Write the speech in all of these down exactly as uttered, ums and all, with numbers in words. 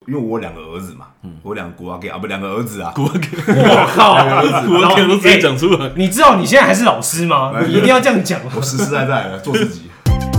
因为我有两个儿子嘛，嗯、我两个古阿给啊，不两个儿子啊， 古阿给， 我靠， 古阿给都直接讲出来、欸。 你知道你现在还是老师吗？你一定要这样讲。 我实实在在的做自己。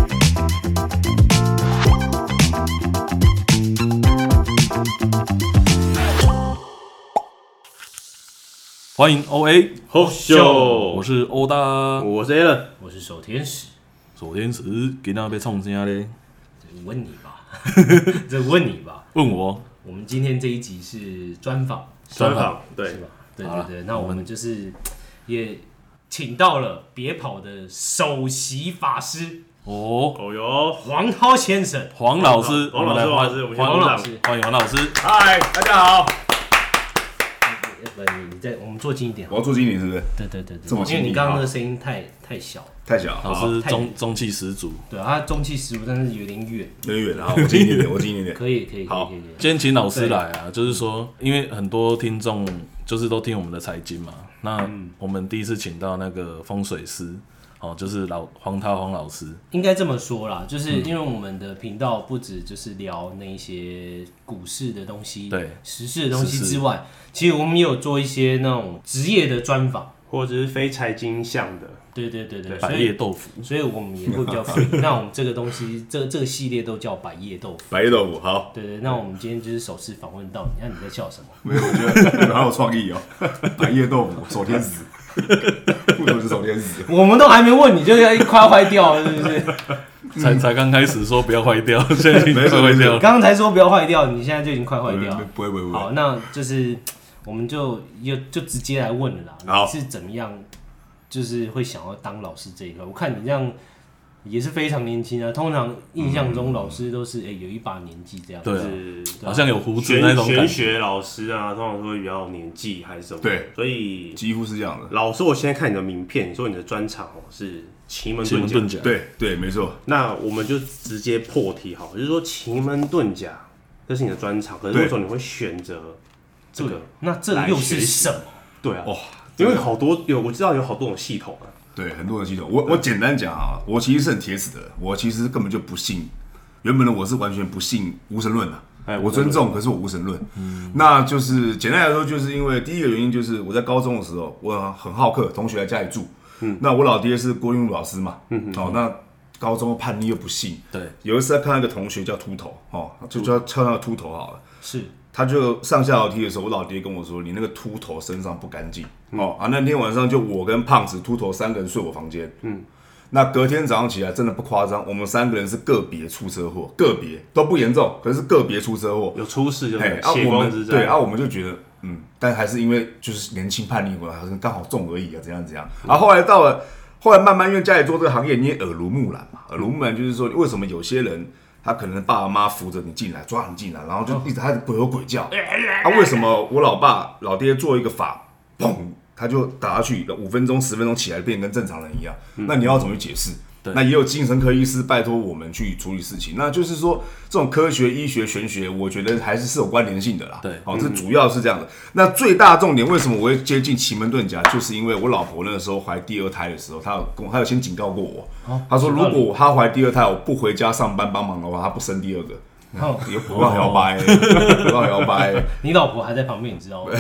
欢迎 O A 好秀， 我是欧大， 我是 Alan， 我是守天使。 守天使，今天被冲啥嘞？ 问你吧，这问你吧， 问我。 我们今天这一集是专访， 专访，对， 是吧？对对对，那我们就是也请到了别跑的首席法师哦哦哟， 黄涛先生， 黄老师， 黄老师，黄老师，我们黄老师， 欢迎黄老师。 嗨，大家好。 不，你再我们坐近一点。 我要坐近一点，是不是？ 对对对对， 这么因为你刚刚那个声音太太小， 太小。 老师中中气十足。 对啊，他中气十足，但是有点远， 有点远啊。我近一点，我近一点。 可以可以好， 可以可以。 今天请老师来啊，就是说，因为很多听众就是都听我们的财经嘛，那我们第一次请到那个风水师。哦，就是老黄涛黄老师， 应该这么说啦，就是因为我们的频道不止就是聊那些股市的东西， 对， 时事的东西之外，其实我们也有做一些那种职业的专访， 或者是非财经向的， 对对对对， 百叶豆腐， 所以我们也会比较 free。那我们这个东西，这这个系列都叫百叶豆腐。 百叶豆腐，好。 对对，那我们今天就是首次访问到你，那你在笑什么？ 没有，我觉得你们好有创意哦。百叶豆腐，守天使。为什么是守天使？ 我们都还没问你，就要快要坏掉了，是不是？ 才才刚开始说不要坏掉，现在已经快坏掉了。 刚刚才说不要坏掉，你现在就已经快坏掉了。 不会不会不会。 好，那就是我们就就就直接来问了啦。你是怎么样，就是会想要当老师这一块？我看你这样也是非常年轻啊。通常印象中老师都是哎、欸、有一把年纪这样， 对、啊， 是好像有胡子那种感觉。 玄学老师啊，通常都会比较年纪还是什么？ 对， 所以几乎是这样的。 老师，我现在看你的名片，你说你的专长哦是奇门遁甲， 对对，没错。 那我们就直接破题好，就是说奇门遁甲这是你的专长，可是为什么你会选择这个？ 那这个又是什么？ 对啊， 哇， 因为好多有我知道有好多种系统啊。 对，很多的系统。我我简单讲啊，我其实是很铁齿的，我其实根本就不信。原本的我是完全不信无神论的、啊，我尊重，可是我无神论。嗯，那就是简单来说，就是因为第一个原因就是我在高中的时候，我很好客，同学来家里住。嗯，那我老爹是郭英儒老师嘛。嗯哦，那高中叛逆又不信。对，有一次看到一个同学叫秃头，哦，就叫叫他秃头好了。 是。 他就上下楼梯的时候，我老爹跟我说：“你那个秃头身上不干净。嗯”哦啊，那天晚上就我跟胖子、秃头三个人睡我房间。嗯，那隔天早上起来真的不夸张，我们三个人是个别出车祸，个别都不严重，可是个别出车祸， 有出事就血光之灾。对啊，我们就觉得嗯，但还是因为就是年轻叛逆，我好像刚好中而已啊，怎样怎样。然后后来到了，后来慢慢因为家里做这个行业，你也耳濡目染嘛，耳濡目染就是说，为什么有些人。他可能爸爸妈妈扶着你进来，抓你进来，然后就一直他鬼吼鬼叫。啊，为什么我老爸老爹做一个法，砰，他就打下去，五分钟十分钟起来变跟正常人一样？那你要怎么去解释？那也有精神科医师拜托我们去处理事情。那就是说，这种科学、医学、玄学，我觉得还是是有关联性的啦。对，好、哦，这主要是这样的。那最大重点，为什么我会接近奇门遁甲？就是因为我老婆那个时候怀第二胎的时候，她有跟我，她有先警告过我，哦、她说如果她怀第二胎，我不回家上班帮忙的话，她不生第二个。哦，也不要摇摆，不要摇摆。 你老婆还在旁边，你知道吗？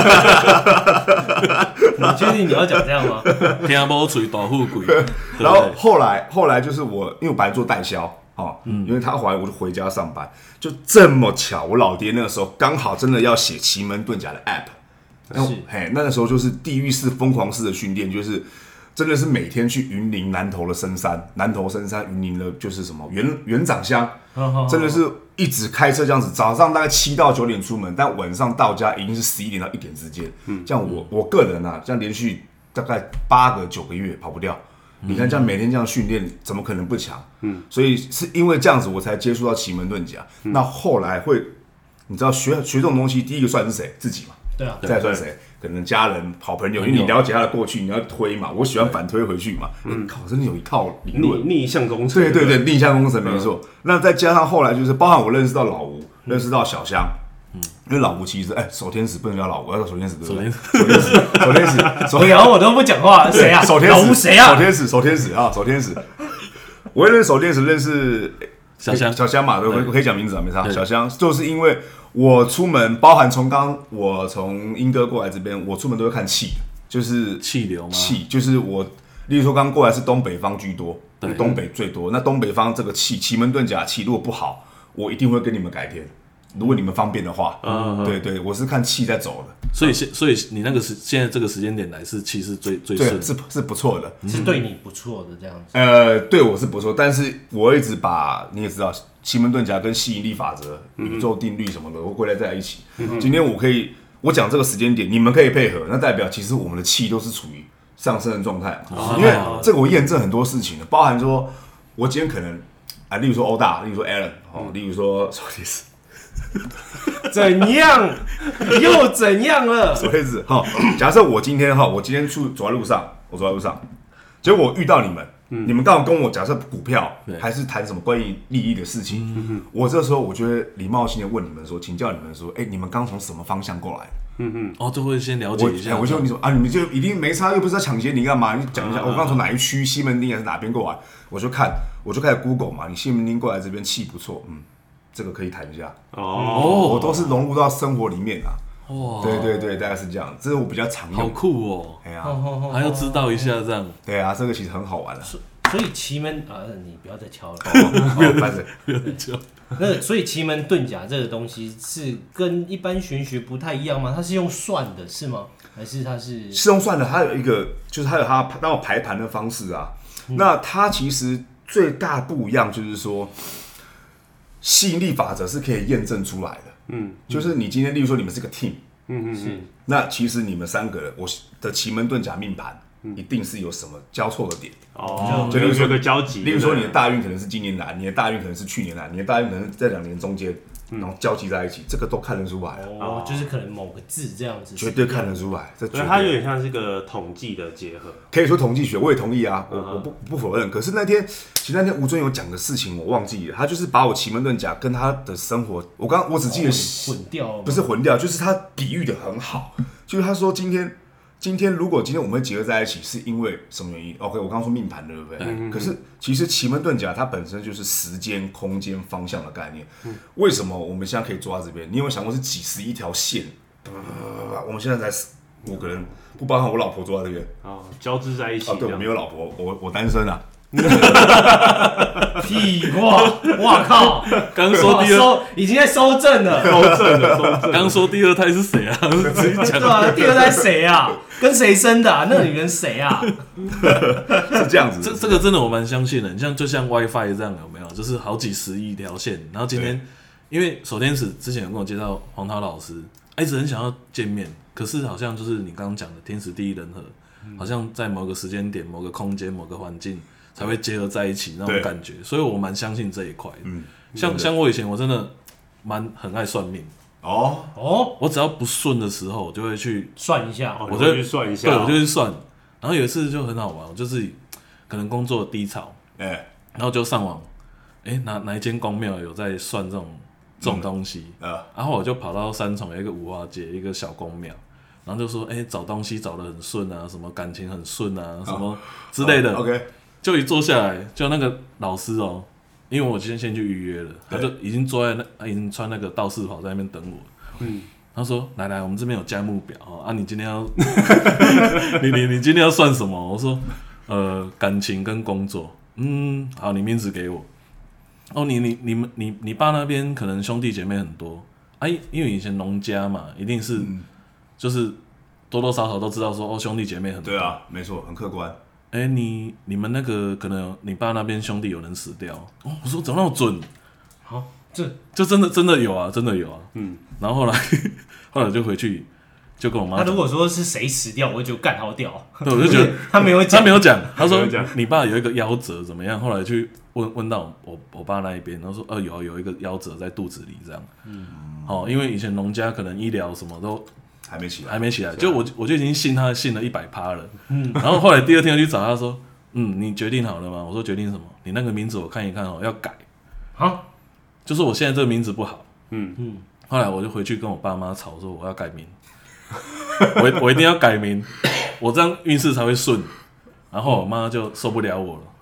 你确定你要讲这样吗？ 听不嘴大富贵。 然后后来，后来就是我，因为我本来做代销，哦，嗯、因为他怀我就回家上班，就这么巧，我老爹那个时候刚好真的要写奇门遁甲的 app， 是，嘿，那个时候就是地狱式、疯狂式的训练，就是。真的是每天去云林南投的深山，南投深山云林的就是什么园园长乡，真的是一直开车这样子，早上大概七到九点出门，但晚上到家已经是十一点到一点之间。嗯，这样我我个人啊，这样连续大概八个九个月跑不掉。嗯、你看这样每天这样训练，怎么可能不强？嗯，所以是因为这样子我才接触到奇门遁甲。嗯、那后来会，你知道学学这种东西，第一个算是谁？自己嘛。 对啊， 再算谁？可能家人、好朋友，因为你了解他的过去，你要推嘛。我喜欢反推回去嘛。嗯，靠，真的有一套理论， 逆逆向工程。 对对对，逆向工程没错。嗯、那再加上后来就是，包含我认识到老吴，嗯、认识到小香。嗯，因为老吴其实，哎，守天使不能叫老吴，要叫守天使，对不对？守天使，守天使，守天使，我都不讲话，谁啊？ 守天使， 老吴谁啊？ 守天使，守天使啊，守天使。我认识守天使，认识小香， 小香嘛，我可以讲名字啊，没差。小香就是因为。 我出门，包含从刚我从英哥过来这边，我出门都会看气，就是气流吗？ 气就是我，例如说刚过来是东北方居多， 对， 东北最多。那东北方这个气，奇门遁甲气如果不好，我一定会跟你们改天。如果你们方便的话，嗯，对对，我是看气在走的。 所以现所以你那个时现在这个时间点来是气是最最顺的， 是是不错的， 是对你不错的这样子。 呃，对我是不错，但是我一直把你也知道奇门遁甲跟吸引力法则、宇宙定律什么的，我归类在一起。嗯、今天我可以我讲这个时间点，你们可以配合，那代表其实我们的气都是处于上升的状态嘛。哦、因为这个我验证很多事情的，包含说我今天可能啊，例如说欧大，例如说 Alan 哦，例如说索利斯。 怎样？又怎样了？ 什么意思？哈，假设我今天哈，我今天出走在路上，我走在路上，结果我遇到你们，嗯、你们刚好跟我假设股票还是谈什么关于利益的事情，嗯、我这时候我就会礼貌性的问你们说，请教你们说，哎、欸，你们刚从什么方向过来？ 嗯嗯，哦，就会先了解一下。 我, 我就你说啊，你们就一定没差，又不是在抢劫，你干嘛？你讲一下，啊、我刚从哪一区，西门町还是哪边过来？我就看，我就开始 Google 嘛，你西门町过来这边气不错，嗯。这个可以谈一下哦，我都是融入到生活里面啊。哇，对对对，大概是这样，这是我比较常用。 好酷哦！哎呀、啊，还要知道一下这样。 对啊，这个其实很好玩啊。 所以奇门啊，你不要再敲了， 不要再敲。那所以奇门遁甲这个东西是跟一般玄学不太一样吗？它是用算的，是吗？还是它是？ 是用算的，它有一个就是它有它当我排盘的方式啊。嗯、那它其实最大不一样就是说。吸引力法则是可以验证出来的，嗯，就是你今天，例如说你们是个 team， 嗯嗯是，那其实你们三个人，我的奇门遁甲命盘，一定是有什么交错的点， 哦，就例如说个交集， 例如说你的大运可能是今年来，你的大运可能是去年来，你的大运可能在两年中间，然后交集在一起，这个都看得出来哦，就是可能某个字这样子， 绝对看得出来，这所以它有点像是个统计的结合， 可以说统计学，我也同意啊，我我不不否认。可是那天，其实那天吴尊有讲的事情我忘记了，他就是把我奇门遁甲跟他的生活，我刚我只记得混掉， 不是混掉，就是他比喻的很好，就是他说今天。今天如果今天我们会结合在一起，是因为什么原因 ？OK， 我刚刚说命盘对不对？嗯、可是其实奇门遁甲它本身就是时间、空间、方向的概念。嗯、为什么我们现在可以坐在这边？你有没有想过是几十一条线？我们现在才五个人，不包含我老婆坐在这边哦，交织在一起。 哦，对，我没有老婆，我我单身啊。 屁话！哇靠！ 刚说第二已经在收正了， 收正了，收正。 刚说第二胎是谁啊？自己讲。 对啊，第二胎谁啊？跟谁生的啊？那个女人谁啊？ 是这样子。 这这个真的我蛮相信的。你像就像 WiFi 这样有没有？就是好几十亿条线。然后今天因为守天使之前有跟我介绍黄涛老师，一直很想要见面，可是好像就是你刚刚讲的天时地利人和，嗯、好像在某个时间点、某个空间、某个环境。才会结合在一起那种感觉，所以我蛮相信这一块的。嗯，像像我以前我真的蛮很爱算命哦哦，我只要不顺的时候，我就会去算一下， 我就去算一下， 对，我就去算。然后有一次就很好玩，我就自己可能工作低潮，哎、欸，然后就上网，哎、欸，哪哪一间公庙有在算这种这种东西，嗯、呃，然后我就跑到三重有一个五花街一个小公庙。然后就说，哎、欸，找东西找得很顺啊，什么感情很顺啊，什么之类的。 哦、OK。 就一坐下来，就那个老师哦，因为我今天先去预约了，他就已经坐在那，他已经穿那个道士袍在那边等我。嗯，他说：“来来，我们这边有价目表啊，你今天要，你你你今天要算什么？”我说：“呃，感情跟工作。”嗯，好，你名字给我。哦，你你你们你你爸那边可能兄弟姐妹很多，哎、啊，因为以前农家嘛，一定是、嗯、就是多多少少都知道说哦兄弟姐妹很多。 对啊，没错，很客观。 哎、欸，你你们那个可能你爸那边兄弟有人死掉哦，我说怎么那么准？ 好，这就真的真的有啊，真的有啊。嗯，然后后来后来就回去就跟我妈。 他如果说是谁死掉，我会觉得干好屌。 对，我就觉得他没有他没有讲，他说你爸有一个夭折怎么样？后来去问问到我我爸那一边，然后说呃有有一个夭折在肚子里这样。嗯，哦，因为以前农家可能医疗什么都。 还没起来， 还没起来，就我我就已经信他信了一百趴了，嗯，然后后来第二天我去找他说，嗯，你决定好了吗？我说决定什么？你那个名字我看一看哦，要改，啊，就说我现在这个名字不好，嗯嗯，后来我就回去跟我爸妈吵说我要改名，我我一定要改名，我这样运势才会顺，然后我妈就受不了我了，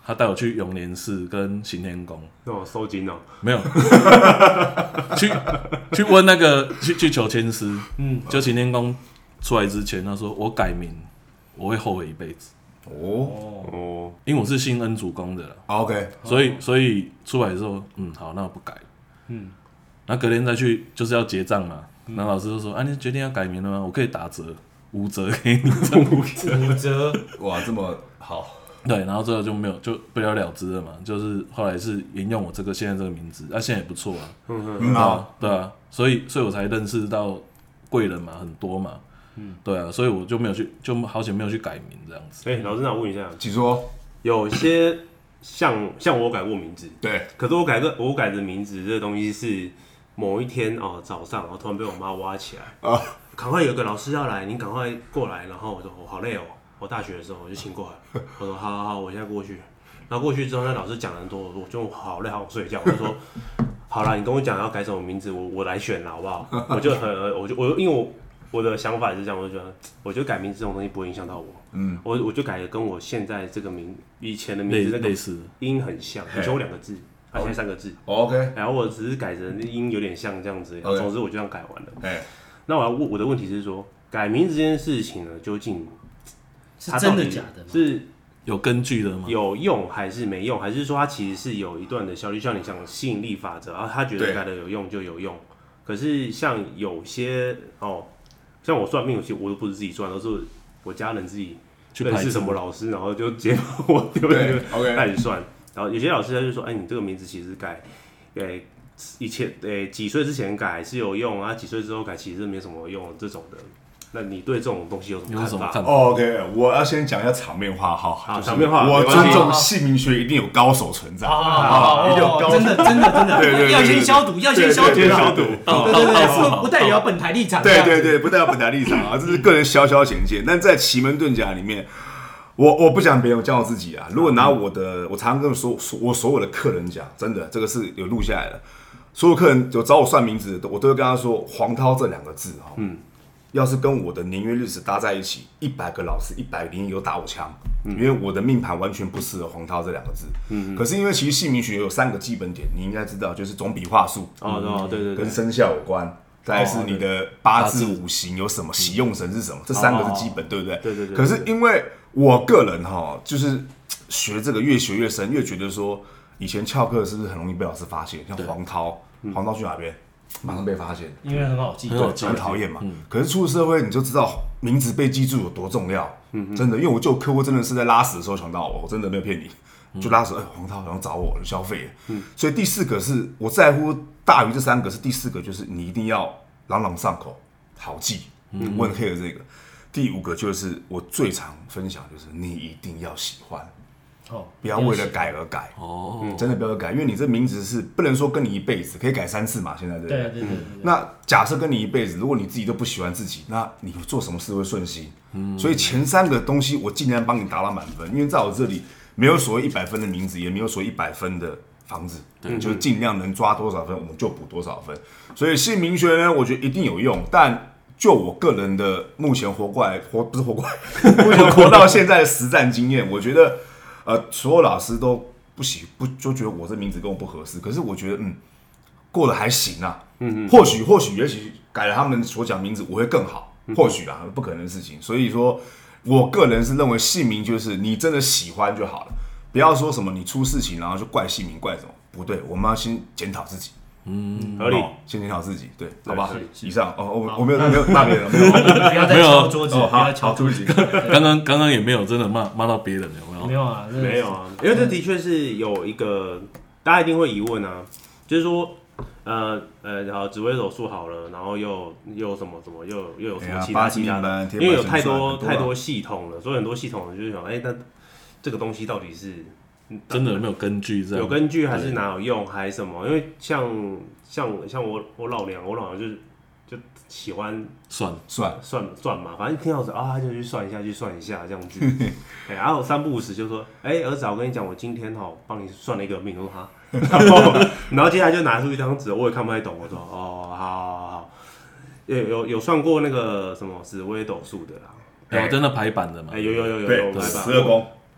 他带我去永年寺跟行天宫， 哦，收金哦， 没有，去去问那个去去求签师，嗯，就行天宫出来之前，他说我改名，我会后悔一辈子。 哦哦， 因为我是信恩主公的啦 ，OK， 所以所以出来之后，嗯，好，那我不改，嗯，然后隔天再去就是要结账嘛，然后老师就说，啊，你决定要改名了吗？我可以打折，五折给你， 五折， 哇，这么好， 对，然后最后就没有就不了了之了嘛，就是后来是沿用我这个现在这个名字，啊，现在也不错啊， 嗯对啊好， 对啊，所以所以我才认识到贵人嘛，很多嘛，嗯，对啊，所以我就没有去，就好险没有去改名这样子。 哎，老师，那我问一下， 请说， 有些像像我改过名字， 对， 可是我改个我改的名字这个东西是某一天哦早上，然后突然被我妈挖起来， 啊， 赶快有个老师要来，你赶快过来，然后我说我好累哦，我大学的时候我就请过来，我说好好好，我现在过去，然后过去之后那老师讲了很多，我就好累好想睡觉，我就说好啦，你跟我讲要改什么名字，我我来选啦好不好？我就很我就我因为我。我的想法也是这样，我就觉得，我觉得改名字这种东西不会影响到我。嗯，我我就改的跟我现在这个名以前的名字那个类似音很像，以前我两个字，而现在三个字。 OK， 然后我只是改成音有点像这样子，然后总之我就这样改完了。 哎， 那我要问我的问题是说，改名字这件事情呢，究竟是真的假的吗？ 是有根据的吗？ 有用还是没用？还是说它其实是有一段的效率？像你讲吸引力法则，然后他觉得改的有用就有用。可是像有些哦。像我算命，有些我都不是自己算，都是我家人自己认识什么老师，然后就直接把我丢进去开始算。然后有些老师他就说：“哎，你这个名字其实改，哎，以前哎几岁之前改是有用啊，几岁之后改其实没什么用这种的。”那你对这种东西有什么看法？ 哦 ，OK， 我要先讲一下场面话哈。 好，场面话， 我尊重姓名学一定有高手存在。 啊，一定有高手，真的真的真的， 对对， 要先消毒，要先消毒， 消毒。 对对对，不不代表本台立场。 对对对，不代表本台立场啊，这是个人小小浅见。但在奇门遁甲里面，我我不讲别人，我讲我自己啊。如果拿我的，我常常跟所我所有的客人讲，真的这个是有录下来的。所有客人有找我算名字的，我都会跟他说黄涛这两个字哈。嗯。要是跟我的年月日时搭在一起，一百个老师一百零有打我枪，因为我的命盘完全不适合黄涛这两个字。嗯，可是因为其实姓名学有三个基本点，你应该知道，就是总笔画数， 哦哦对对， 跟生肖有关，再来是你的八字五行有什么，喜用神是什么，这三个是基本，对不对？ 对对对。 可是因为我个人哈，就是学这个越学越深，越觉得说以前翘课是不是很容易被老师发现？像黄涛，黄涛去哪边？马上被发现， 因为很好记， 对，很讨厌嘛。嗯、可是出了社会，你就知道名字被记住有多重要。嗯、真的，因为我就有客户真的是在拉屎的时候想到我，我真的没有骗你，就拉屎，哎、欸，黄涛好像找我消费。嗯，所以第四个是我在乎大于这三个，是第四个就是你一定要朗朗上口，好记。嗯，我很 care 这个。第五个就是我最常分享，就是你一定要喜欢。哦，不要为了改而改哦、嗯，真的不要改，因为你这名字是不能说跟你一辈子，可以改三次嘛，现在对不对？ 对对对对。 那假设跟你一辈子，如果你自己都不喜欢自己，那你做什么事会顺心？嗯，所以前三个东西我尽量帮你达到满分，因为在我这里没有所谓一百分的名字，也没有所谓一百分的房子，对，就是尽量能抓多少分，我们就补多少分。所以姓名学呢，我觉得一定有用，但就我个人的目前活过来，活不是活过来，目前活到现在的实战经验，我觉得。呃，所有老师都不喜不就觉得我这名字跟我不合适，可是我觉得嗯，过得还行啊，嗯嗯，或许或许也许改了他们所讲名字我会更好，或许啊，不可能的事情。所以说，我个人是认为姓名就是你真的喜欢就好了，不要说什么你出事情然后就怪姓名怪什么，不对，我们要先检讨自己。 嗯，合理， 先检讨自己，对，好吧。以上哦，我我没有没有骂别人，没有， 不要再敲桌子，不要敲桌子。 刚刚刚刚也没有真的骂骂到别人，有没有？ 没有啊， 没有啊，因为这的确是有一个大家一定会疑问啊，就是说，呃呃，好，紫微斗数好了，然后又又有什么什么，又又有什么其他其他的，因为有太多太多系统了，所以很多系统就是想，哎，那这个东西到底是？ 真的有没有根据？这样有根据还是哪有用还是什么？因为像像像我我老娘，我老娘就是就喜欢算算算算嘛，反正听到说啊，就去算一下，去算一下这样子。哎，然后三不五时就说，哎、欸，儿子，我跟你讲，我今天哈帮你算了一个命，我说哈，然后然后接下来就拿出一张纸，我也看不太懂，我说哦，好好好，有有有算过那个什么紫微斗数的啦， 有真的排版的嘛？ 哎、欸，有有有有有排版， 十二宫。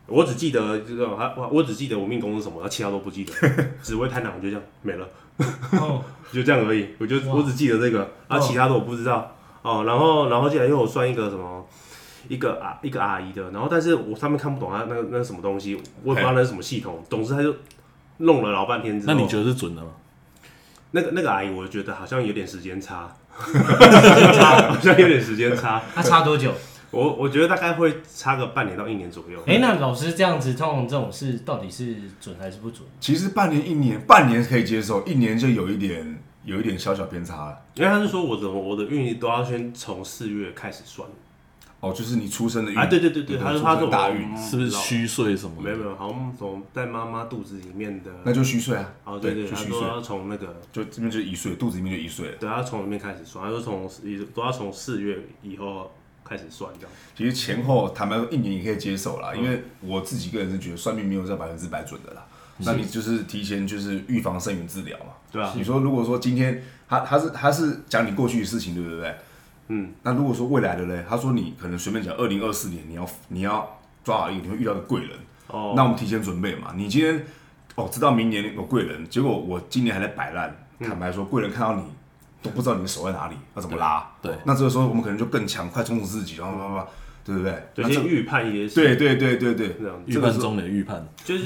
我只记得这个，我我只记得我命宫是什么，然后其他都不记得。紫微贪狼就这样没了，哦、就这样而已。我就我只记得这个，啊，其他的我不知道。哦，然后然后接下来又有算一个什么，一个啊一个阿姨的，然后但是我上面看不懂她那个那是什么东西，我也不知道那是什么系统。总之他就弄了老半天之后， 那你觉得是准的吗？ 那个那个阿姨，我觉得好像有点时间差，差好像有点时间差。 他差多久？ 我我觉得大概会差个半年到一年左右。 哎、欸，那老师这样子，通常这种事到底是准还是不准？ 其实半年、一年，半年可以接受，一年就有一点有一点小小偏差了。 因为他是说我的我的运都要先从四月开始算。 哦，就是你出生的运啊，对对对对，他说他是大运， 是不是虚岁什么的？ 没有没有，好像从在妈妈肚子里面的， 那就虚岁啊。 哦，对对， 就虚岁， 他说要从那个， 就这边就一岁，肚子里面就一岁了。 对，他从里面开始算，他说从都要从四月以后开始算这样。 其实前后坦白说一年也可以接受啦，嗯、因为我自己个人是觉得算命没有在百分之百准的啦。那你就是提前就是预防胜于治疗嘛， 对啊。 你说如果说今天他他是他是讲你过去的事情，对不对？嗯，那如果说未来的嘞，他说你可能随便讲，二零二四年你要你要抓好一个，你会遇到个贵人，哦，那我们提前准备嘛。你今天哦知道明年有贵人，结果我今年还在摆烂，嗯、坦白说，贵人看到你都不知道你的手在哪里，要怎么拉， 对，对那这个时候我们可能就更强，快冲刺自己，然后叭叭叭，对不对？ 对，先预判一些事， 对对对对对， 预判中的预判， 就是，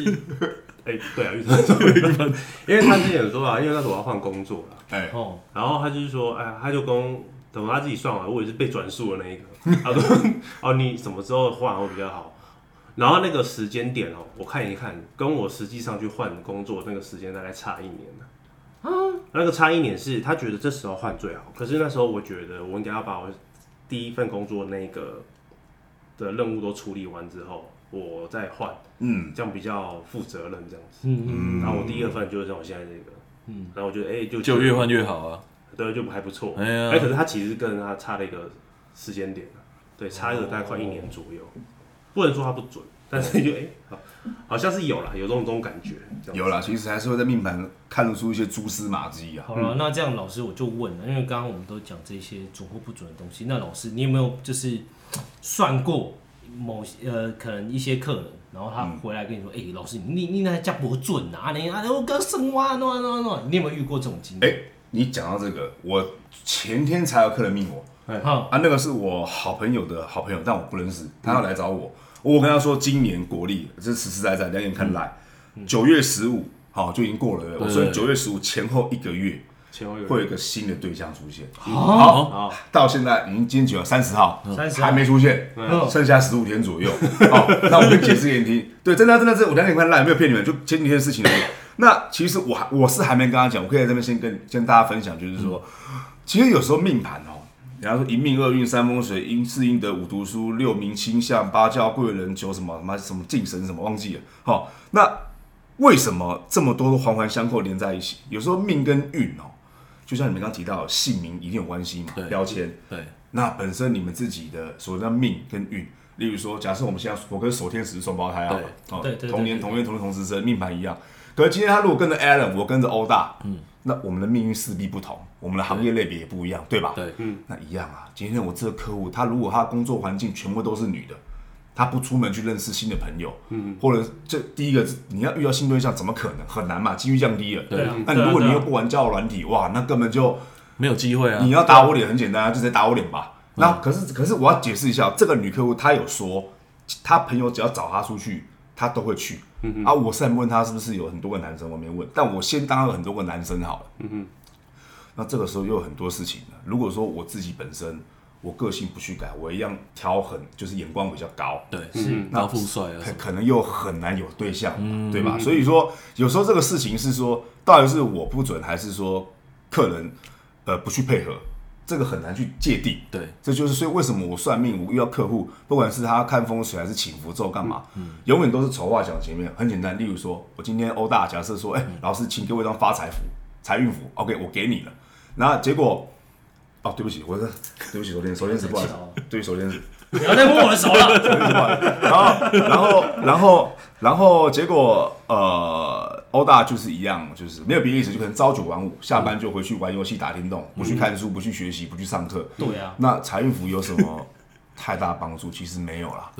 哎、欸，对啊，预判中的预判，因为他之前有说啊，因为那时候我要换工作了，哎、欸，哦，然后他就是说，哎，他就跟等他自己算完，我也是被转述的那一个。他说：“哦，你什么时候换会比较好？”然后那个时间点哦，我看一看，跟我实际上去换工作那个时间大概差一年了。啊，那个差一年是他觉得这时候换最好，可是那时候我觉得我应该要把我第一份工作那个的任务都处理完之后，我再换，嗯，这样比较负责任这样子。嗯嗯。然后我第二份就是像我现在这个，嗯，然后我觉得哎、欸，就就越换越好啊。 对，就还不错。哎呀， 哎，可是他其实跟他差了一个时间点，对，差一个大概快一年左右。哦、不能说他不准，但是就哎、欸，好像是有啦，有这种这种感觉。 有啦，其实还是会在命盘看得出一些蛛丝马迹啊。 好了，嗯、那这样老师我就问了，因为刚刚我们都讲这些准或不准的东西，那老师你有没有就是算过某呃可能一些客人？然后他回来跟你说：“哎、嗯欸，老师，你你那家不准啊？你啊，我刚生娃，那那那，你有没有遇过这种经历？” 哎、欸，你讲到这个，我前天才有客人命我，哎、嗯、啊，那个是我好朋友的好朋友，但我不认识，他要来找我，嗯、我跟他说今年国历，这实实在在，两眼看来，九、嗯、月十五，好就已经过了，对不对？所以九月十五前后一个月。会有一个新的对象出现，好，好到现在已经今天几号？三十号，还没出现，嗯、剩下十五天左右。好，那我跟解释给你听。对，真的真的是我两点快烂，没有骗你们，就前几天的事情而已。那其实我我是还没跟他讲，我可以在这边先跟跟大家分享，就是说，嗯、其实有时候命盘哦，人家说一命二运三风水，阴是阴德五读书，六名星象，八教贵人，九什么什么什么敬神什么忘记了。好，那为什么这么多都环环相扣连在一起？有时候命跟运哦。就像你们刚刚提到，姓名一定有关系嘛，标签。对，那本身你们自己的所谓的命跟运，例如说，假设我们现在我跟守天使是双胞胎啊，哦，同年同月同日同时生，命盘一样。可是今天他如果跟着 Alan， 我跟着欧大，嗯，那我们的命运势必不同，我们的行业类别也不一样，对吧？对，嗯，那一样啊。今天我这个客户，他如果他工作环境全部都是女的。他不出门去认识新的朋友，嗯，或者这第一个你要遇到新对象，怎么可能？很难嘛，几率降低了。对啊，那如果你又不玩交友软体，哇，那根本就没有机会啊！ 你要打我脸很简单啊，就直接打我脸吧。嗯、那可是可是我要解释一下，这个女客户她有说，她朋友只要找她出去，她都会去。嗯、啊，我是问她是不是有很多个男生，我没问，但我先当有很多个男生好了。嗯、那这个时候又有很多事情了。如果说我自己本身。我个性不去改，我一样挑很就是眼光比较高， 对，是高富帅啊， 可能又很难有对象，嗯、对吧？所以说有时候这个事情是说，到底是我不准，还是说客人呃不去配合，这个很难去界定。对，这就是所以为什么我算命，我遇到客户，不管是他看风水还是请符咒干嘛，嗯、永远都是丑话讲前面。很简单，例如说我今天欧大假设说，哎、欸，嗯、老师请给我一张发财符、财运符 ，OK， 我给你了，然后结果。哦，对不起，我是对不起，守天守天使，不好意思，对不起，守天使， 不要再摸我的手了。 然后，然后，然后，然后，结果，呃，欧大就是一样，就是没有别的意思，就可能朝九晚五，下班就回去玩游戏、打电动，不去看书，不去学习，不去上课。 对啊。 那财运符有什么太大帮助？其实没有啦。 对。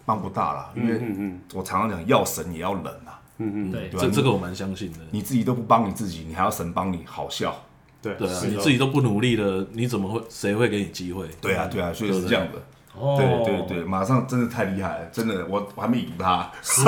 帮不大啦，因为我常常讲要神也要人啊。 嗯嗯，对， 这这个我蛮相信的。 你自己都不帮你自己，你还要神帮你，好笑。 对对啊，你自己都不努力了，你怎么会谁会给你机会？ 对啊对啊，所以是这样的。 哦， 对对对，马上真的太厉害了，真的，我我还没赢他。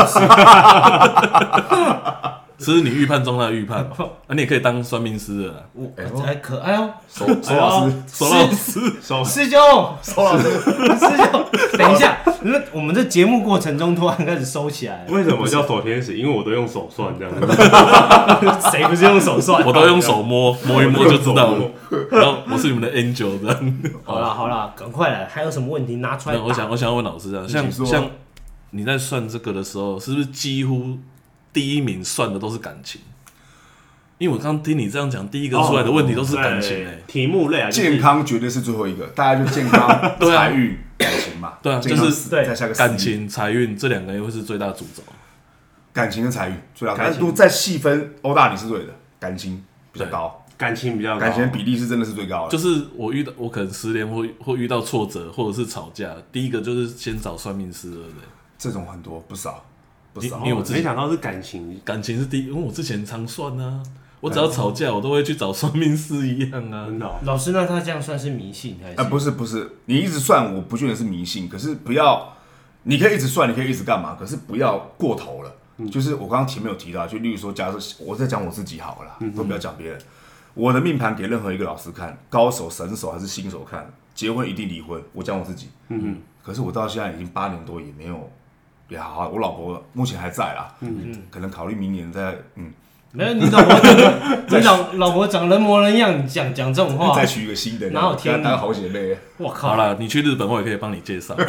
这是你预判中的预判，啊，你也可以当算命师了。 我还可哎呦， 手手老师， 手老师， 手师兄， 手老师， 师兄，等一下，那我们这节目过程中突然开始收起来了。 为什么叫手天使？因为我都用手算这样子。 谁不是用手算？ 我都用手摸，摸一摸就知道了。然后我是你们的 angel 这样。 好啦好啦，赶快来，还有什么问题拿出来？ 我想我想要问老师这样，像像你在算这个的时候，是不是几乎第一名算的都是感情？因为我刚听你这样讲，第一个出来的问题都是感情诶。 题目类啊， 健康绝对是最后一个，大家就健康、财运、感情嘛。 对啊，就是再下个感情、财运这两个又是最大主轴。感情跟财运最大，但是都再细分，欧大你是对的，感情比较高。 感情比较高， 感情比例是真的是最高的。 就是我遇到我可能失恋或或遇到挫折或者是吵架，第一个就是先找算命师，对不对？ 这种很多不少不少， 因为我自己没想到是感情， 感情是第一，因为我之前常算啊，我只要吵架我都会去找算命师一样啊。 老师，那他这样算是迷信还是？ 啊，不是不是，你一直算，我不觉得是迷信，可是不要，你可以一直算，你可以一直干嘛，可是不要过头了。嗯、就是我刚刚前面有提到，就例如说，假设我在讲我自己好了啦，嗯、都不要讲别人。我的命盘给任何一个老师看，高手、神手还是新手看，结婚一定离婚。我讲我自己，嗯可是我到现在已经八年多，也没有也好好，我老婆目前还在啦，嗯可能考虑明年再，嗯， 没有你老婆，你老老婆长人模人样，讲讲这种话， 再娶一个新的， 哪有天当好姐妹？ 我靠！ 好了，你去日本我也可以帮你介绍。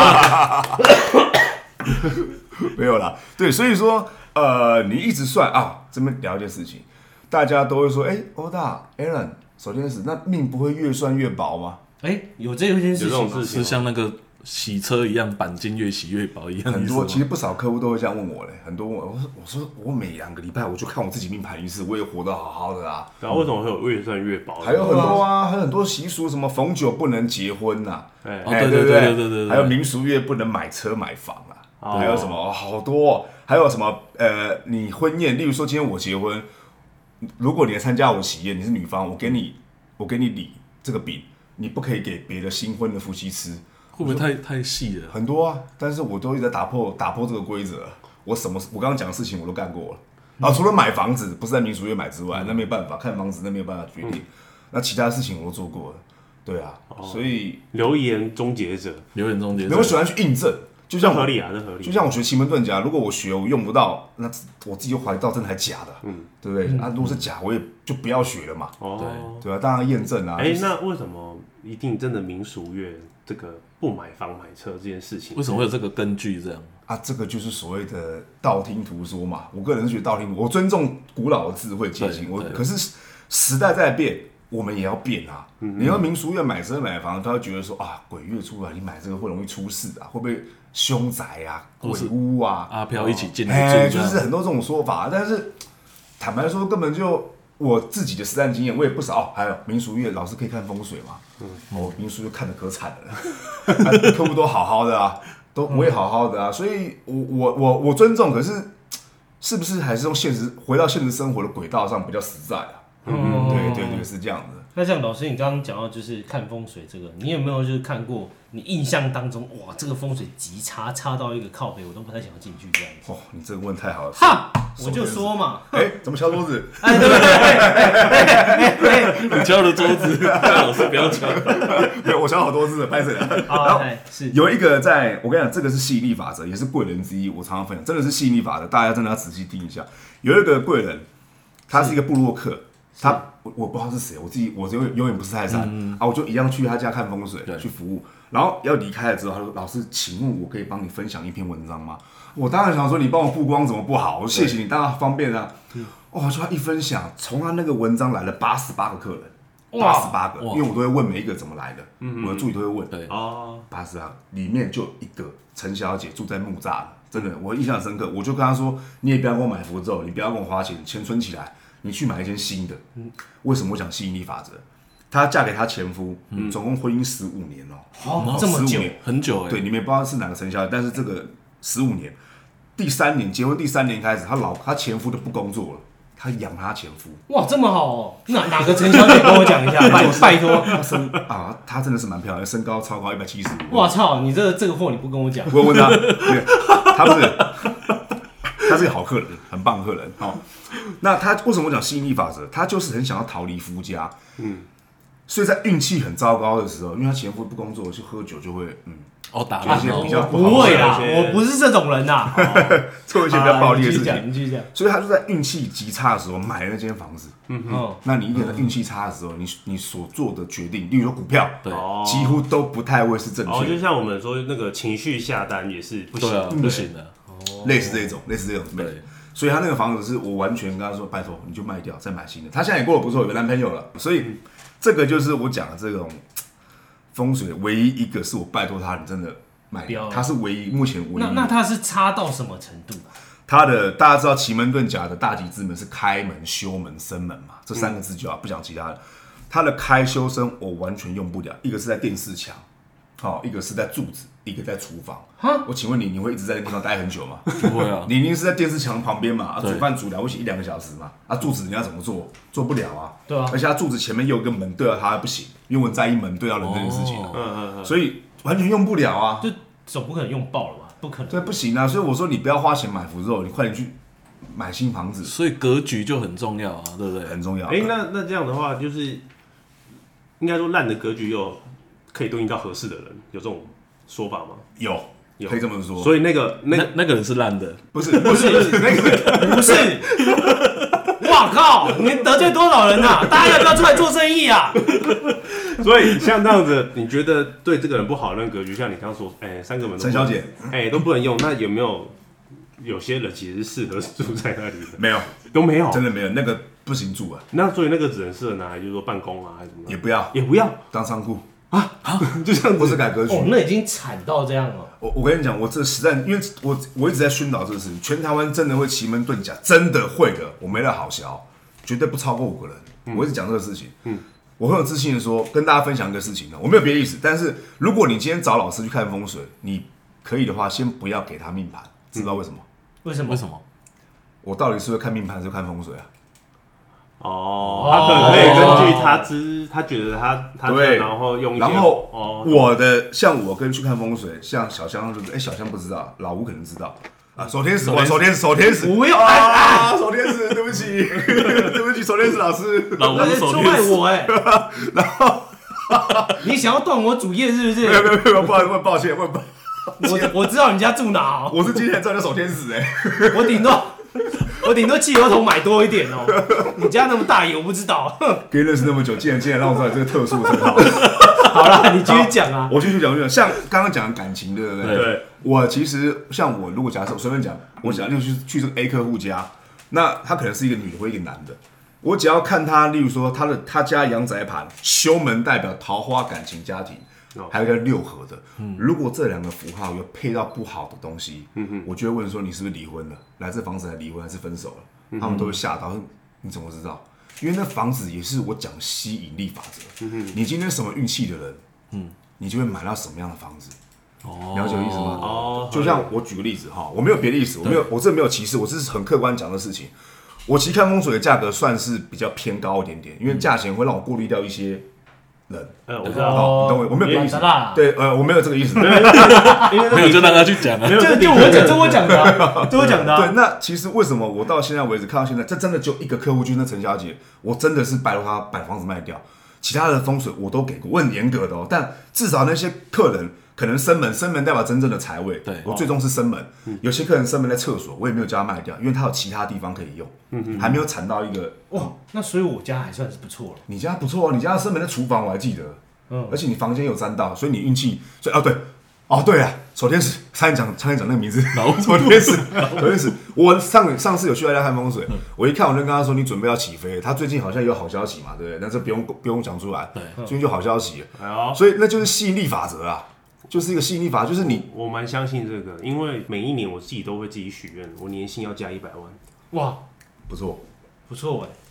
没有啦，对，所以说，呃，你一直算啊，这边聊一件事情。大家都会说，哎、欸，欧大 Aaron 首先是那命不会越算越薄吗？ 哎、欸，有这件事情吗？ 是像那个洗车一样，钣金越洗越薄一样。 很多其实不少客户都会这样问我嘞，很多问我，我说我说我每两个礼拜我就看我自己命盘一次，我也活得好好的啊。 然后为什么会有越算越薄？ 还有很多啊，还有很多习俗，什么逢九不能结婚呐、啊， 哎、欸，对对对对对对， 还有民俗月不能买车买房啊，哦、还有什么、哦、好多、哦，还有什么呃，你婚宴，例如说今天我结婚。如果你来参加我喜宴，你是女方，我给你，我给你礼这个饼，你不可以给别的新婚的夫妻吃， 会不会太太细了？ 很多啊，但是我都一直在打破打破这个规则。我什么我刚刚讲的事情我都干过了，啊，除了买房子不是在民俗月买之外，那没有办法，看房子那没有办法决定，嗯、那其他事情我都做过了，对啊，哦、所以流言终结者， 流言终结者， 我喜欢去印证。就像合理啊，这合理。 就像我学奇门遁甲，如果我学我用不到，那我自己就怀疑到真的还假的，嗯，对不对？那、嗯啊、如果是假，我也就不要学了嘛。哦，对对啊，当然验证啊。 哎、欸，那为什么一定真的民俗月这个不买房买车这件事情， 为什么会有这个根据这样？ 啊，这个就是所谓的道听途说嘛。我个人是觉得道听途说，我尊重古老的智慧结晶。我可是时代在变。我们也要变啊！嗯、你要民俗月买车买房，他会觉得说啊，鬼月出来，你买这个会容易出事啊，会不会凶宅啊、鬼屋啊、 阿飘一起进来住、欸，就是很多这种说法。但是坦白说，根本就我自己的实战经验，我也不少。哦、还有民俗月，老师可以看风水嘛？嗯，哦，民俗月看得可惨了，啊、客户都好好的啊，都我也好好的啊，所以我我我我尊重，可是是不是还是用现实回到现实生活的轨道上比较实在啊？嗯，对对对，是这样的。 那像老师，你刚刚讲到就是看风水这个，你有没有就是看过你印象当中，哇，这个风水极差，差到一个靠北，我都不太想进去这样子。 哦，你这个问太好了。 哈，我就说嘛。 哎、欸，怎么敲桌子？ 哎，对不对？你敲了桌子，老师不要敲。 没有，我敲好多次了，拍谁了？ 然后是有一个在，我跟你讲，这个是吸引力法则，也是贵人之一。我常常分享，真的是吸引力法则，大家真的要仔细听一下。有一个贵人，他是一个部落客。他我我不知道是谁，我自己我永远永远不是泰山、嗯、啊，我就一样去他家看风水，去服务。然后要离开了之后，他说：“老师，请问我可以帮你分享一篇文章吗？”我当然想说，你帮我曝光怎么不好？我说谢谢你，当然方便啊。哦，就他一分享，从他那个文章来了八十八个客人，八十八个，因为我都会问每一个怎么来的，嗯、我的助理都会问。对哦，八十八里面就一个陈小姐住在木栅的，真的我印象很深刻。我就跟他说：“你也不要跟我买符咒，你不要跟我花钱，钱存起来。”你去买一间新的，为什么我讲吸引力法则？ 她嫁给她前夫，嗯，总共婚姻十五年哦， 哦，这么久， 很久哎。 对，你们也不知道是哪个陈小姐，但是这个十五年，第三年结婚第三年开始，她老她前夫就不工作了。她养她前夫， 哇，这么好哦！哪哪个陈小姐跟我讲一下，拜拜托。 她身啊，她真的是蛮漂亮，身高超高一百七十五。 哇操，你这个这个货你不跟我讲， 我问她，她不是，她是个好客人，很棒的客人。好，那她为什么讲吸引力法则？她就是很想要逃离夫家，嗯，所以在运气很糟糕的时候，因为她前夫不工作，就喝酒就会嗯。 哦，打一些比较不不会啦，我不是这种人呐， 做一些比较暴力的事情。 你继续讲， 所以他就在运气极差的时候买了那间房子。嗯嗯，那你一点在运气差的时候，你你所做的决定，例如说股票， 对， 几乎都不太会是正确。 哦，就像我们说那个情绪下单也是不行， 不行的。 哦，类似这种，类似这种，对。所以他那个房子是我完全跟他说，拜托你就卖掉，再买新的。他现在也过得不错，有男朋友了。所以这个就是我讲的这种风水唯一一个是我拜托他，你真的。他是唯一，目前唯一。 那那他是差到什么程度啊？ 他的大家知道奇门遁甲的大吉之门是开门、修门、生门嘛，这三个字就好，不讲其他的。他的开修生我完全用不了，一个是在电视墙，好，一个是在柱子，一个在厨房。我请问你，你会一直在那个地方待很久吗？ 不会啊， 你一定是在电视墙旁边嘛，啊、煮饭煮了不起一两个小时嘛，啊，柱子你要怎么做？做不了啊。 对啊。 而且他柱子前面又有个门对到他不行，因为我很在意门对到人这件事情、啊，嗯嗯嗯，所以完全用不了啊。 就总不可能用爆了吧？不可能。 对，不行啊！所以我说你不要花钱买符咒，你快点去买新房子。 所以格局就很重要啊，对不对？ 很重要。 哎、欸，那那这样的话，就是应该说烂的格局又可以对应到合适的人，有这种说法吗？ 有，有，可以这么说。 所以那个那那那个人是烂的， 不是不是那个不是。哇靠！你得罪多少人啊？大家要不要出来做生意啊？ 所以像这样子，你觉得对这个人不好的那个格局，像你刚刚说，哎、欸，三个门陈小姐， 哎、欸、都不能用，那有没有有些人其实是适合住在那里的？ 没有， 都没有， 真的没有，那个不行住啊。 那所以那个只能适合拿来，就是说办公啊，还是什么？ 也不要， 也不要当仓库啊啊！就这样子， 不是改格局。 哦，那已经惨到这样了。 我我跟你讲，我这实在，因为我我一直在宣导这个事情，全台湾真的会奇门遁甲，真的会的，我没得好笑。绝对不超过五个人，嗯、我一直讲这个事情。嗯，我很有自信的说，跟大家分享一个事情呢，我没有别的意思。但是如果你今天找老师去看风水，你可以的话，先不要给他命盘，知道为什么？ 为什么？ 为什么？ 我到底是会看命盘，还是看风水啊？ 哦，他可能可以根据他知，他觉得他他对，然后用一些， 然后哦，我的像我跟去看风水，像小香就是，哎，小香不知道，老吴可能知道。啊，守天使，我守天使，守天使， 不要啊！守天使，对不起，对不起，守天使老师， 老吴守天使， 我哎，然后你想要断我主业是不是？ 没有没有没有，不好意思，抱歉，问抱我我知道你家住哪， 我是今天知道你守天使哎， 我顶多我顶多汽油桶买多一点哦，你家那么大也我不知道， 跟认识那么久，竟然竟然让我知道这个特殊称号。 好啦，你继续讲啊！ 我继续讲，就讲像刚刚讲的感情，对不对？ 对。 我其实像我，如果假设我随便讲，我想就去去这个 A 客户家，那他可能是一个女的或一个男的，我只要看他，例如说他的他家阳宅盘，修门代表桃花感情家庭，还有一个六合的。嗯、如果这两个符号有配到不好的东西，嗯、我就会问说你是不是离婚了？来这房子来离婚还是分手了？嗯、他们都会吓到，你怎么知道？因为那房子也是我讲吸引力法则。嗯、你今天什么运气的人，嗯，你就会买到什么样的房子。哦，了解我意思吗？哦，就像我举个例子哈，我没有别的意思，我没有，我这没有歧视，我这是很客观讲的事情。我其实看风水的价格算是比较偏高一点点，因为价钱会让我过滤掉一些人。 呃，我知道， 你懂我，我没有别的意思。对，呃，我没有这个意思。 没有就让他去讲啊， 这就我讲，这我讲的，这我讲的。 对，那其实为什么我到现在为止看到现在，这真的就一个客户，就是那陈小姐，我真的是拜托她把房子卖掉，其他的风水我都给过，我很严格的哦。但至少那些客人。可能生门，生门代表真正的财位。 对， 我最终是生门。嗯、有些客人生门在厕所，我也没有叫他卖掉，因为他有其他地方可以用，嗯、还没有惨到一个。 哇，那所以我家还算是不错了。 你家不错啊，你家生门在厨房我还记得，嗯，而且你房间有沾到，所以你运气。所以哦对，哦对啊，守天使，差点讲，差点讲那个名字，守天使，守天使。我上上次有去他家看风水，我一看我就跟他说，你准备要起飞，他最近好像有好消息嘛，对不对？那这不用不用讲出来，对，最近就好消息了，所以那就是吸引力法则啊。就是一个吸引力法，就是你， 我蛮相信这个，因为每一年我自己都会自己许愿，我年薪要加一百万。 哇， 不错， 不错哎。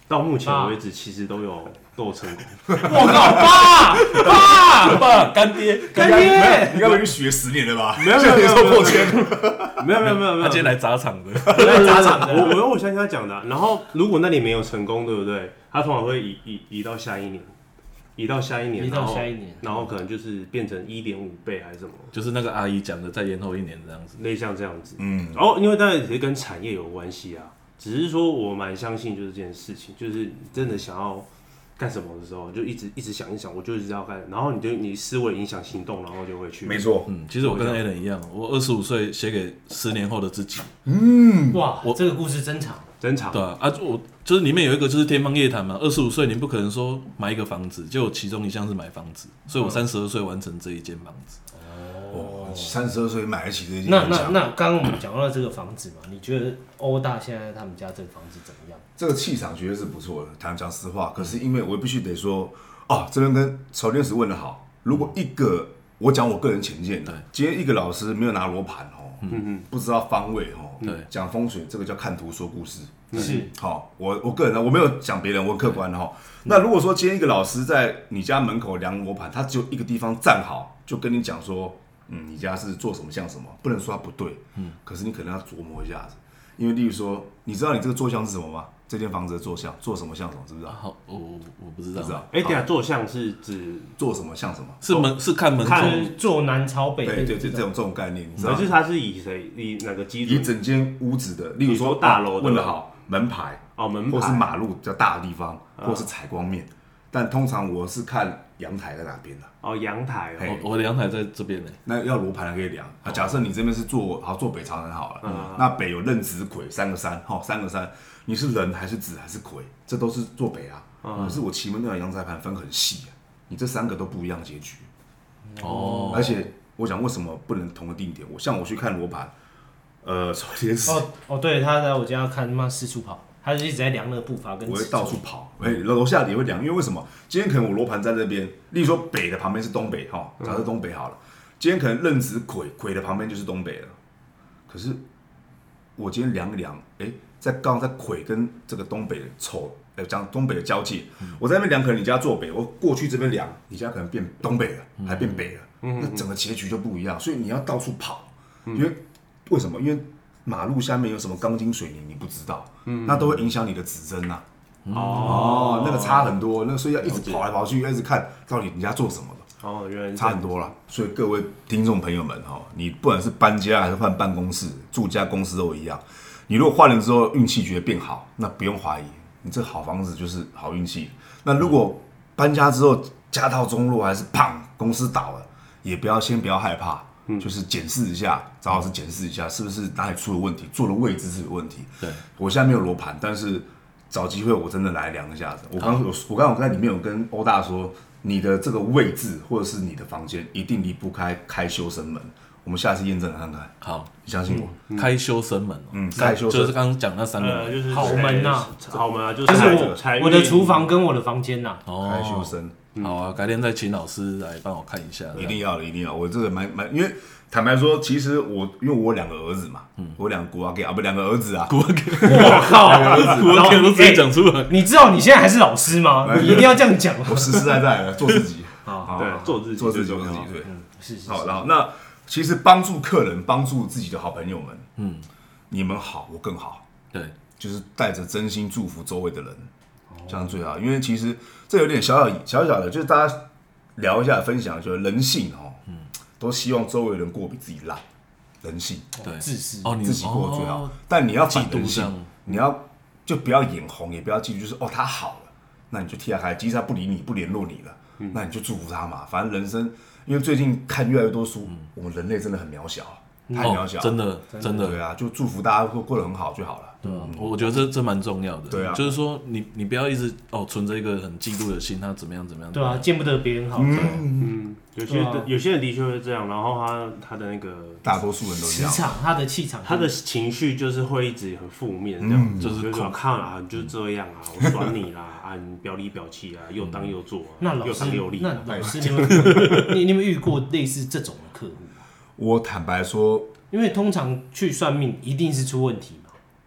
到目前为止其实都有都有成功。 我靠，爸爸爸干爹干爹， 你该不会学十年了吧？ 没有没有没有说破千， 没有没有没有没有， 他今天来砸场的， 来砸场的。 我我我相信他讲的、啊。然后如果那里没有成功，对不对？他通常会移移移到下一年，移到下一年， 移到下一年， 然后可能就是变成一点五倍还是什么？ 就是那个阿姨讲的，再延后一年这样子， 类像这样子。 嗯， 然后因为当然也是跟产业有关系啊，只是说我蛮相信就是这件事情，就是真的想要干什么的时候，就一直一直想一想，我就一直要干，然后你就你思维影响行动，然后就会去。 没错， 嗯，其实我跟 Alan 一样，我二十五岁写给十年后的自己。 嗯， 哇，我这个故事真长。 真长对啊，啊，我就是里面有一个就是天方夜谭嘛。二十五岁你不可能说买一个房子，就其中一项是买房子，所以我三十二岁完成这一间房子。 哦，三十二岁买得起这一间。 那那那，刚刚我们讲到这个房子嘛，你觉得欧大现在他们家这个房子怎么样？ 这个气场绝对是不错的，谈讲实话。可是因为我必须得说，哦，这边跟曹天使问的好，如果一个我讲我个人浅见的，今天一个老师没有拿罗盘哦。嗯嗯，不知道方位哦，对，讲风水这个叫看图说故事， 是好，我我个人呢，我没有讲别人，我客观的哈。那如果说今天一个老师在你家门口量罗盘，他只有一个地方站好，就跟你讲说，嗯，你家是做什么像什么，不能说他不对，嗯，可是你可能要琢磨一下子，因为例如说，你知道你这个坐向是什么吗？这间房子的坐向，做什么像什么，知不知道？ 好，我我不知道， 不知道。 哎，等下坐向是指做什么像什么？ 是门是看门看口， 坐南朝北， 对对对，这种这种概念，你知道可是它是以谁以哪个基准？ 以整间屋子的，例如说大楼的问得好，门牌哦，门牌或是马路比较大的地方，或是采光面。但通常我是看阳台在哪边的。 哦，阳台哦， 我我的阳台在这边呢。 那要罗盘还可以量啊。假设你这边是坐好坐北朝南好了，那北有壬子癸三个山，哈，三个山，你是人还是子还是癸，这都是坐北啊。可是我奇门遁甲阳宅盘分很细，你这三个都不一样的结局。 哦， 而且我想为什么不能同个定点？我像我去看罗盘，呃，首先是哦哦，对，他在我家看他妈四处跑。他就一直在量那个步伐跟。 我会到处跑，哎，楼下也会量，因为为什么？今天可能我罗盘在这边，例如说北的旁边是东北，哈，假设东北好了，今天可能壬子癸，癸的旁边就是东北了。可是我今天量一量，哎，在刚在癸跟这个东北的丑，哎，讲东北的交界，我在那边量，可能你家坐北，我过去这边量，你家可能变东北了，还变北了，那整个结局就不一样，所以你要到处跑，因为为什么？因为马路下面有什么钢筋水泥，你不知道，嗯、那都会影响你的指针呐、啊。哦，那个差很多，那所以要一直跑来跑去，一直看到底你家做什么的。 哦，原来差很多了。所以各位听众朋友们哈，你不管是搬家还是换办公室、住家公司都一样。你如果换了之后运气觉得变好，那不用怀疑，你这好房子就是好运气。那如果搬家之后家道中落，还是砰公司倒了，也不要先不要害怕。嗯、就是检视一下，找老师检视一下，是不是哪里出了问题，坐的位置是有问题。 对， 我现在没有罗盘，但是找机会我真的来量一下子。我刚有，我刚刚在里面有跟欧大说，你的这个位置或者是你的房间一定离不开开修生门。我们下次验证看看。 好， 你相信我。 嗯、开修生门， 嗯，开修就是刚刚讲那三个门， 呃、就是好门呐、啊， 好门啊，就是就是我我的厨房跟我的房间呐、啊。 哦， 开修生。 好啊，改天再请老师来帮我看一下。 一定要的，一定要。我这个蛮蛮，因为坦白说，其实我因为我有两个儿子嘛，嗯、我两个古阿给啊，不两个儿子啊， 古阿给， 我靠， 古阿给都直接讲出来。 你知道你现在还是老师吗？你一定要这样讲。 我实实在在的做自己， 好，对，做自己， 做自己，做自己，对， 嗯，是是。 好，然后那其实帮助客人，帮助自己的好朋友们，嗯，你们好，我更好， 对， 就是带着真心祝福周围的人，这样最好。因为其实这有点小小小小的，就是大家聊一下分享，就是人性哦，嗯，都希望周围人过比自己烂，人性， 对， 自私哦，你自己过得最好。但你要反人性， 上你要就不要眼红，也不要嫉妒，就是哦他好了，那你就替他开，即使他不理你，不联络你了，嗯、那你就祝福他嘛。反正人生，因为最近看越来越多书，嗯、我们人类真的很渺小，太渺小、 哦，真的真的， 对啊，就祝福大家过过得很好就好了。 对啊，我觉得这这蛮重要的。 对啊， 就是说你你不要一直哦存着一个很嫉妒的心，他怎么样怎么样。 对啊，见不得别人好。 嗯，有些有些人的确会这样，然后他他的那个大多数人都这样， 磁场他的气场， 他的情绪就是会一直很负面，这样就是我看啊，就是这样啊，我酸你啦，啊，你表里表气啊，又当又做，又那老师当又立。 那老师，你们你你们遇过类似这种的客户吗？ 我坦白说， 因为通常去算命一定是出问题嘛。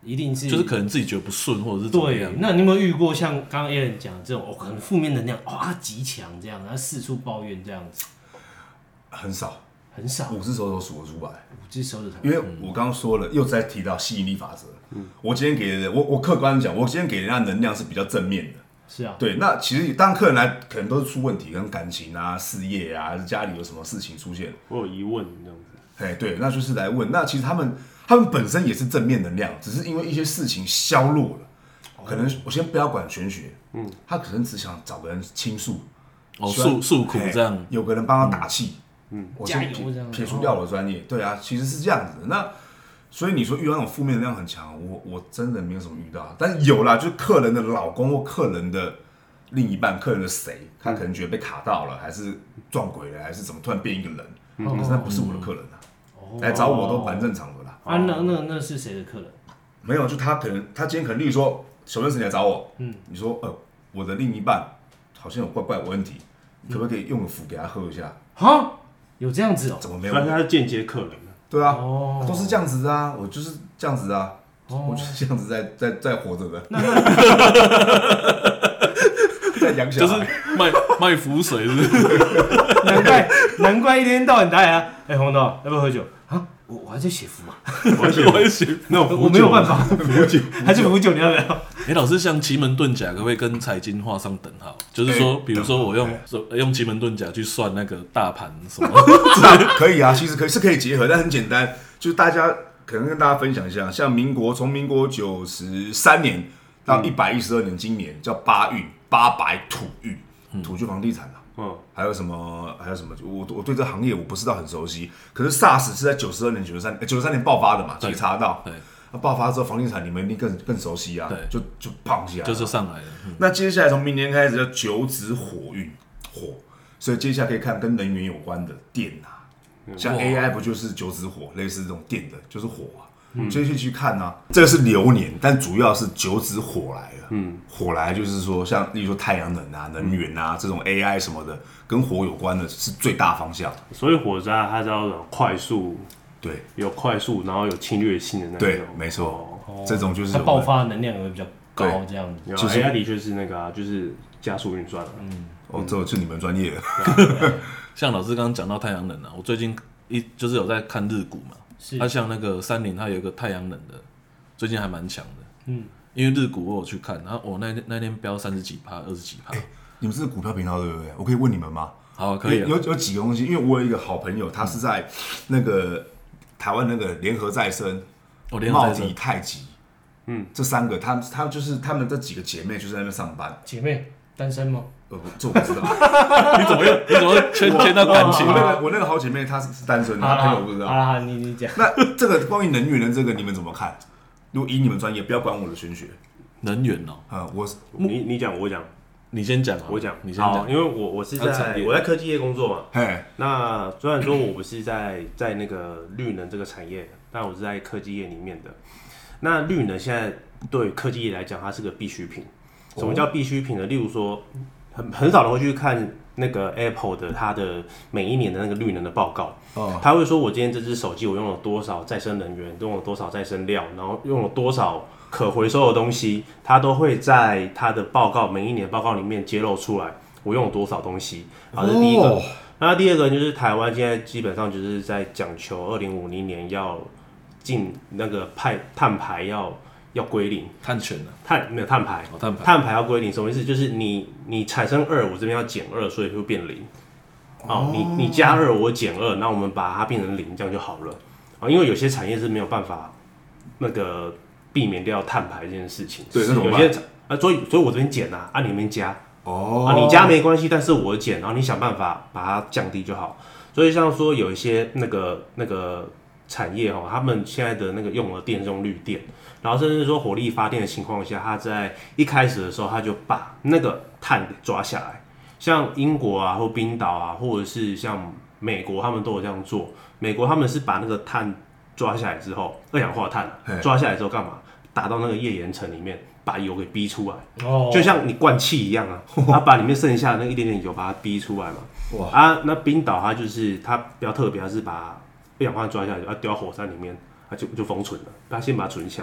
一定是就是可能自己觉得不顺，或者是怎么样。 对，那你有没有遇过像刚刚 Alan 讲的这种，哦，可能负面能量，哦，他极强这样，他四处抱怨这样子？ 很少， 很少， 五只手指数得出来。 五只手指头。 因为我刚刚说了，又在提到吸引力法则。嗯，我今天给人，我我客观讲，我今天给人家能量是比较正面的。 是啊， 对，那其实当客人来，可能都是出问题，跟感情啊、事业啊，还是家里有什么事情出现。 我有疑问这样子。 哎，对，那就是来问。那其实他们他们本身也是正面能量，只是因为一些事情削弱了。可能我先不要管玄学，嗯，他可能只想找个人倾诉， 哦，诉诉苦这样， 有个人帮他打气， 嗯， 我先加油这样， 撇除掉我的专业，对啊，其实是这样子的。那所以你说遇到那种负面能量很强，我我真的没有什么遇到，但是有啦，就是客人的老公或客人的另一半，客人的谁，他可能觉得被卡到了，还是撞鬼了，还是怎么突然变一个人，可是那不是我的客人啊，来找我都蛮正常的啦。 啊，那那那是谁的客人？ 没有，就他可能他今天可能，例如说小认识你来找我，嗯，你说呃我的另一半好像有怪怪的问题，可不可以用个符给他喝一下？ 啊，有这样子哦？ 怎么没有？ 但是他是间接客人。 对啊， 哦， 都是这样子啊，我就是这样子啊，哦、我就是这样子在在在活着的，在养小孩， 就是卖卖符水是不是？ 难怪难怪一天到晚打来啊！哎、欸，红豆要不要喝酒啊？我我还在写符嘛， 我还写， 那我没有办法，符酒还是符酒，你要不要？ 哎、欸，老师，像奇门遁甲可不可以跟财经画上等号？就是说，欸、比如说我用、欸、用奇门遁甲去算那个大盘什么， 可以啊，其实可以是可以结合，但很简单，就是大家可能跟大家分享一下，像民国从民国九十三年到一百一十二年，今年叫八运八白土运，土就房地产啦。嗯，还有什么？还有什么？我我对这行业我不是到很熟悉。可是 SARS 是在九十二年、九十三、九十三年爆发的嘛，体查到。对，那爆发之后，房地产你们一定更更熟悉啊。对，就就胖起来， 就是上来了。嗯、 那接下来从明年开始叫九子火运，火，所以接下来可以看跟能源有关的电啊，像 A I 不就是九子火，类似这种电的，就是火啊。嗯，所以去去看啊，这个是流年，但主要是九子火来了。嗯，火来就是说，像例如说太阳能啊、能源啊、嗯、这种 A I 什么的，跟火有关的是最大方向。 所以火灾它是要有快速， 对， 有快速，然后有侵略性的那种。 对，没错，哦、这种就是它爆发能量也会比较高，这样子。 其实 A I 的确是那个啊，就是加速运算了。 嗯，哦，这是你们专业的。 像老师刚刚讲到太阳能啊，我最近一就是有在看日股嘛。它像那个三菱，它有一个太阳能的，最近还蛮强的。嗯，因为日股我有去看，然后我那那天飙三十几趴、二十几趴。 欸，你们是股票频道对不对？我可以问你们吗？ 好，可以。 有有几个东西，因为我有一个好朋友，他是在那个台湾那个联合再生、茂迪、太极，嗯，这三个，他他就是他们这几个姐妹就在那边上班。 姐妹单身吗？ 呃，这我不知道。 你怎么又你怎么牵牵到感情？ 我那个我那个好姐妹她是是单身的，她朋友不知道。 好啦，你你讲。 那这个关于能源的这个，你们怎么看？如果以你们专业，不要管我的玄学。 能源哦， 啊、嗯，我你你讲，我讲， 你先讲， 我讲， 你先讲， 因为我我是在我在科技业工作嘛。 嘿， 那虽然说我不是在在那个绿能这个产业，但我是在科技业里面的。那绿能现在对科技业来讲，它是个必需品。什么叫必需品呢？例如说。很很少人会去看那个 Apple 的它的每一年的那个绿能的报告，哦，他会说我今天这只手机我用了多少再生能源，用了多少再生料，然后用了多少可回收的东西，它都会在它的报告每一年报告里面揭露出来，我用了多少东西。好，这是第一个。哦、那第二个就是台湾现在基本上就是在讲求二零五零年要进那个排碳排要。要归零， 碳权啊， 碳没有碳排， 哦、碳排， 碳排要归零，什么意思？就是你你产生二，我这边要减二，所以会变零。哦，你你加二，我减二，那我们把它变成零，这样就好了。啊，因为有些产业是没有办法那个避免掉碳排这件事情。 对，那有些啊，所以所以我这边减啊，啊你那边加，哦，啊你加没关系，但是我减，然后你想办法把它降低就好。所以像说有一些那个那个产业哦，他们现在的那个用的电是用绿电。然后甚至说火力发电的情况下，他在一开始的时候他就把那个碳给抓下来，像英国啊或冰岛啊，或者是像美国，他们都有这样做。美国他们是把那个碳抓下来之后，二氧化碳抓下来之后干嘛？打到那个页岩层里面，把油给逼出来，哦、就像你灌气一样啊，他把里面剩下的那一点点油把它逼出来嘛。哇啊，那冰岛它就是它比较特别，它是把二氧化碳抓下来，要丢到火山里面，它就就封存了，它先把它存起来。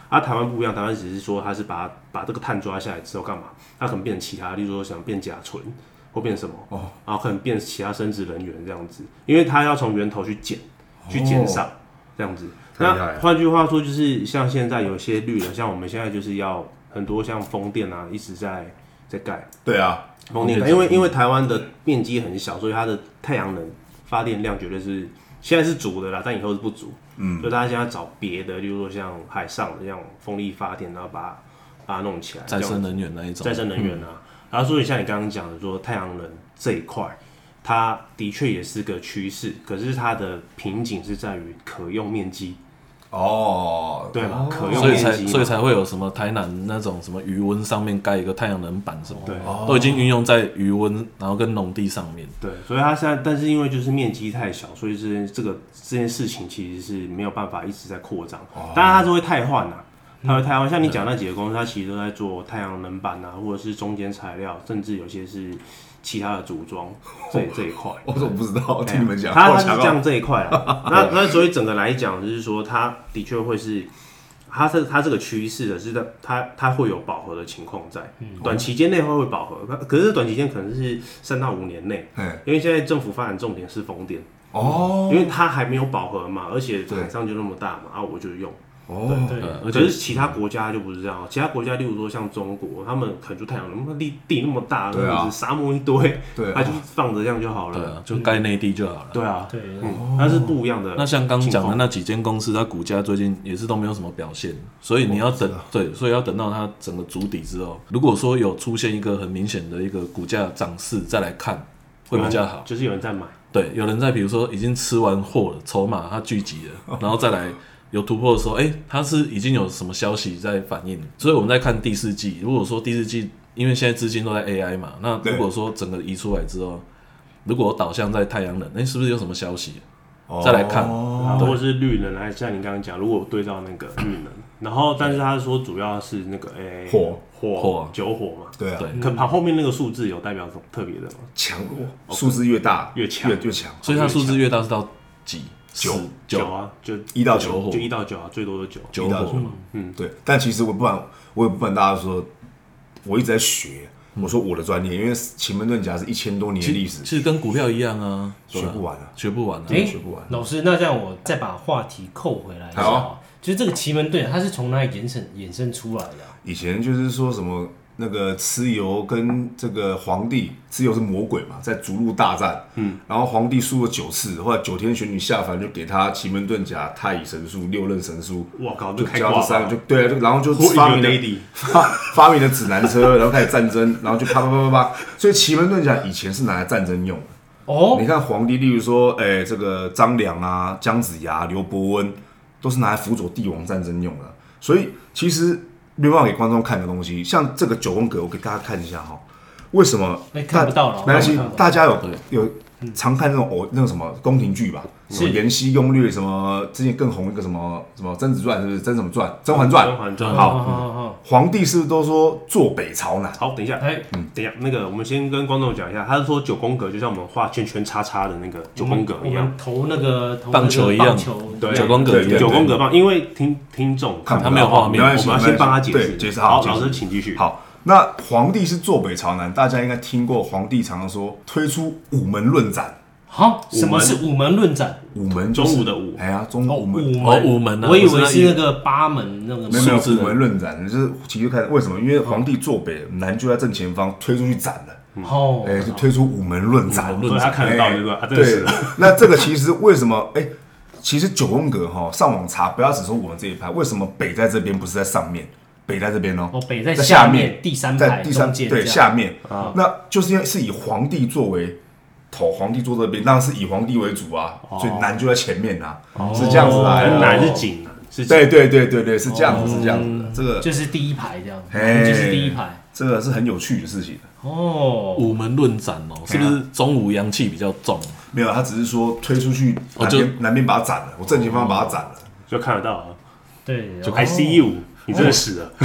啊，台湾不一样，台湾只是说它是把把这个碳抓下来之后干嘛？它可能变成其他，例如说想变甲醇或变什么，哦，然后可能变其他生质能源这样子，因为它要从源头去减，去减少、哦、这样子。那换句话说，就是像现在有些绿的，像我们现在就是要很多像风电啊，一直在在盖。 对啊， 风电，因为因为台湾的面积很小，所以它的太阳能发电量绝对是现在是足的啦，但以后是不足。嗯，所以大家现在找别的，例如说像海上的这样风力发电，然后把它把它弄起来， 再生能源那一种， 再生能源啊。嗯、然后所以像你刚刚讲的说太阳能这一块，它的确也是个趋势，可是它的瓶颈是在于可用面积。哦，对吧？可用面积， 所以才所以才会有什么台南那种什么余温上面盖一个太阳能板什么，对，都已经运用在余温，然后跟农地上面。 对，所以它现在，但是因为就是面积太小，所以这这个这件事情其实是没有办法一直在扩张。哦、当然它是会汰换啊，它会汰换。像你讲那几个公司，它其实都在做太阳能板啊，或者是中间材料，甚至有些是其他的组装这这一块。 我怎么不知道？听你们讲， 它它是这样这一块啦。那那所以整个来讲，就是说它的确会是。它这它这个趋势的是它它会有饱和的情况在，嗯、短期间内会会饱和，可是短期间可能是三到五年内，因为现在政府发展重点是风电哦，因为它还没有饱和嘛，而且海上就那么大嘛，啊我就用。哦，对，对，可是其他国家就不是这样。其他国家，例如说像中国，他们可能就太阳能地地那么大，对啊，沙漠一堆，对，他就放着这样就好了， 对啊，就盖内地就好了。 对啊，对，嗯，那是不一样的。 那像刚讲的那几间公司，它股价最近也是都没有什么表现，所以你要等，对，所以要等到它整个筑底之后，如果说有出现一个很明显的一个股价涨势，再来看会比较好。 就是有人在买， 对，有人在，比如说已经吃完货了，筹码它聚集了，然后再来。有突破的时候，哎、欸，它是已经有什么消息在反映，所以我们在看第四季。如果说第四季，因为现在资金都在 A I 嘛，那如果说整个移出来之后，如果导向在太阳能，哎、欸，是不是有什么消息？哦、再来看， 或者是绿能，来像你刚刚讲，如果对照那个绿能，然后但是他说主要是那个哎火火酒火嘛， 对啊， 可它后面那个数字有代表什么特别的吗？ 强弱，数字越大越强， 越越强， 所以它数字越大是到几？ 九九啊，就一到九， 就一到九啊，最多的九， 九到九嘛，嗯，对。但其实我不管，我也不管大家说，我一直在学。我说我的专业，因为奇门遁甲是一千多年的历史， 其实跟股票一样啊， 学不完啊， 学不完啊， 欸、 学不完。 老师，那这样我再把话题扣回来一下，好就是这个奇门遁甲，它是从哪里衍生衍生出来的、啊？ 以前就是说什么。那个蚩尤跟这个皇帝，蚩尤是魔鬼嘛，在逐鹿大战，嗯，然后皇帝输了九次，后来九天玄女下凡就给他奇门遁甲、太乙神术、六仞神术， 哇靠， 就教这三个，就对啊，就然后就发明了发发明了指南车，然后开始战争，然后就啪啪啪啪啪，所以奇门遁甲以前是拿来战争用的。哦，你看皇帝，例如说，哎、欸，这个张良啊、姜子牙、刘伯温，都是拿来辅佐帝王战争用的，所以其实。没办法给观众看的东西，像这个九宫格，我给大家看一下哈。为什么？ 哎、欸，看不到了。 没关系，大家有有常看那种偶那种什么宫廷剧吧？什么《延禧攻略》，什么之前更红一个什么什么《甄子传》，是不是？甄什么传？《甄嬛传》。甄嬛传。 好，好，好。皇帝是不是都说坐北朝南？ 好，等一下，哎、欸，嗯，等一下，那个我们先跟观众讲一下，他是说九宫格就像我们画圈圈叉叉的那个九宫格一样， 投那个投棒球一样， 对， 九宫格一样， 九宫格棒。因为听听众看他没有画面， 我们要先帮他解释， 解释好。老师请继续。 好。那皇帝是坐北朝南，大家应该听过皇帝常常说推出午门论斩。 好，什么是午门论斩？ 午门中午的午， 哎呀，中午门哦，午门啊， 我以为是那个八门那个。 没有没有，午门论斩就是其实看为什么？因为皇帝坐北，南就在正前方，推出去斩了。哦，哎，就推出午门论斩， 所以他看得到，对吧？ 对。那这个其实为什么？哎，其实九宫格哈，上网查，不要只说我们这一派，为什么北在这边不是在上面？北在这边哦， 哦，北在下面，第三排， 在第三对下面，啊、那就是因为是以皇帝作为头，皇帝坐这边，当然是以皇帝为主啊，哦、所以南就在前面啊，哦、是这样子来的。 南是井南，是对对对对对，是这样子，是这样子的。这个就是第一排这样，就是第一排， 这个是很有趣的事情哦。午门论斩哦，是不是中午阳气比较重？ 没有，他只是说推出去南边，南边把它斩了，我正前方把它斩了， 就看得到啊。 对， 就 I see you。你真的死了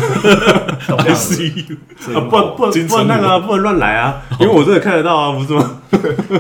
，I see you， 啊不不不能那个不能乱来啊，因为我真的看得到啊，不是吗？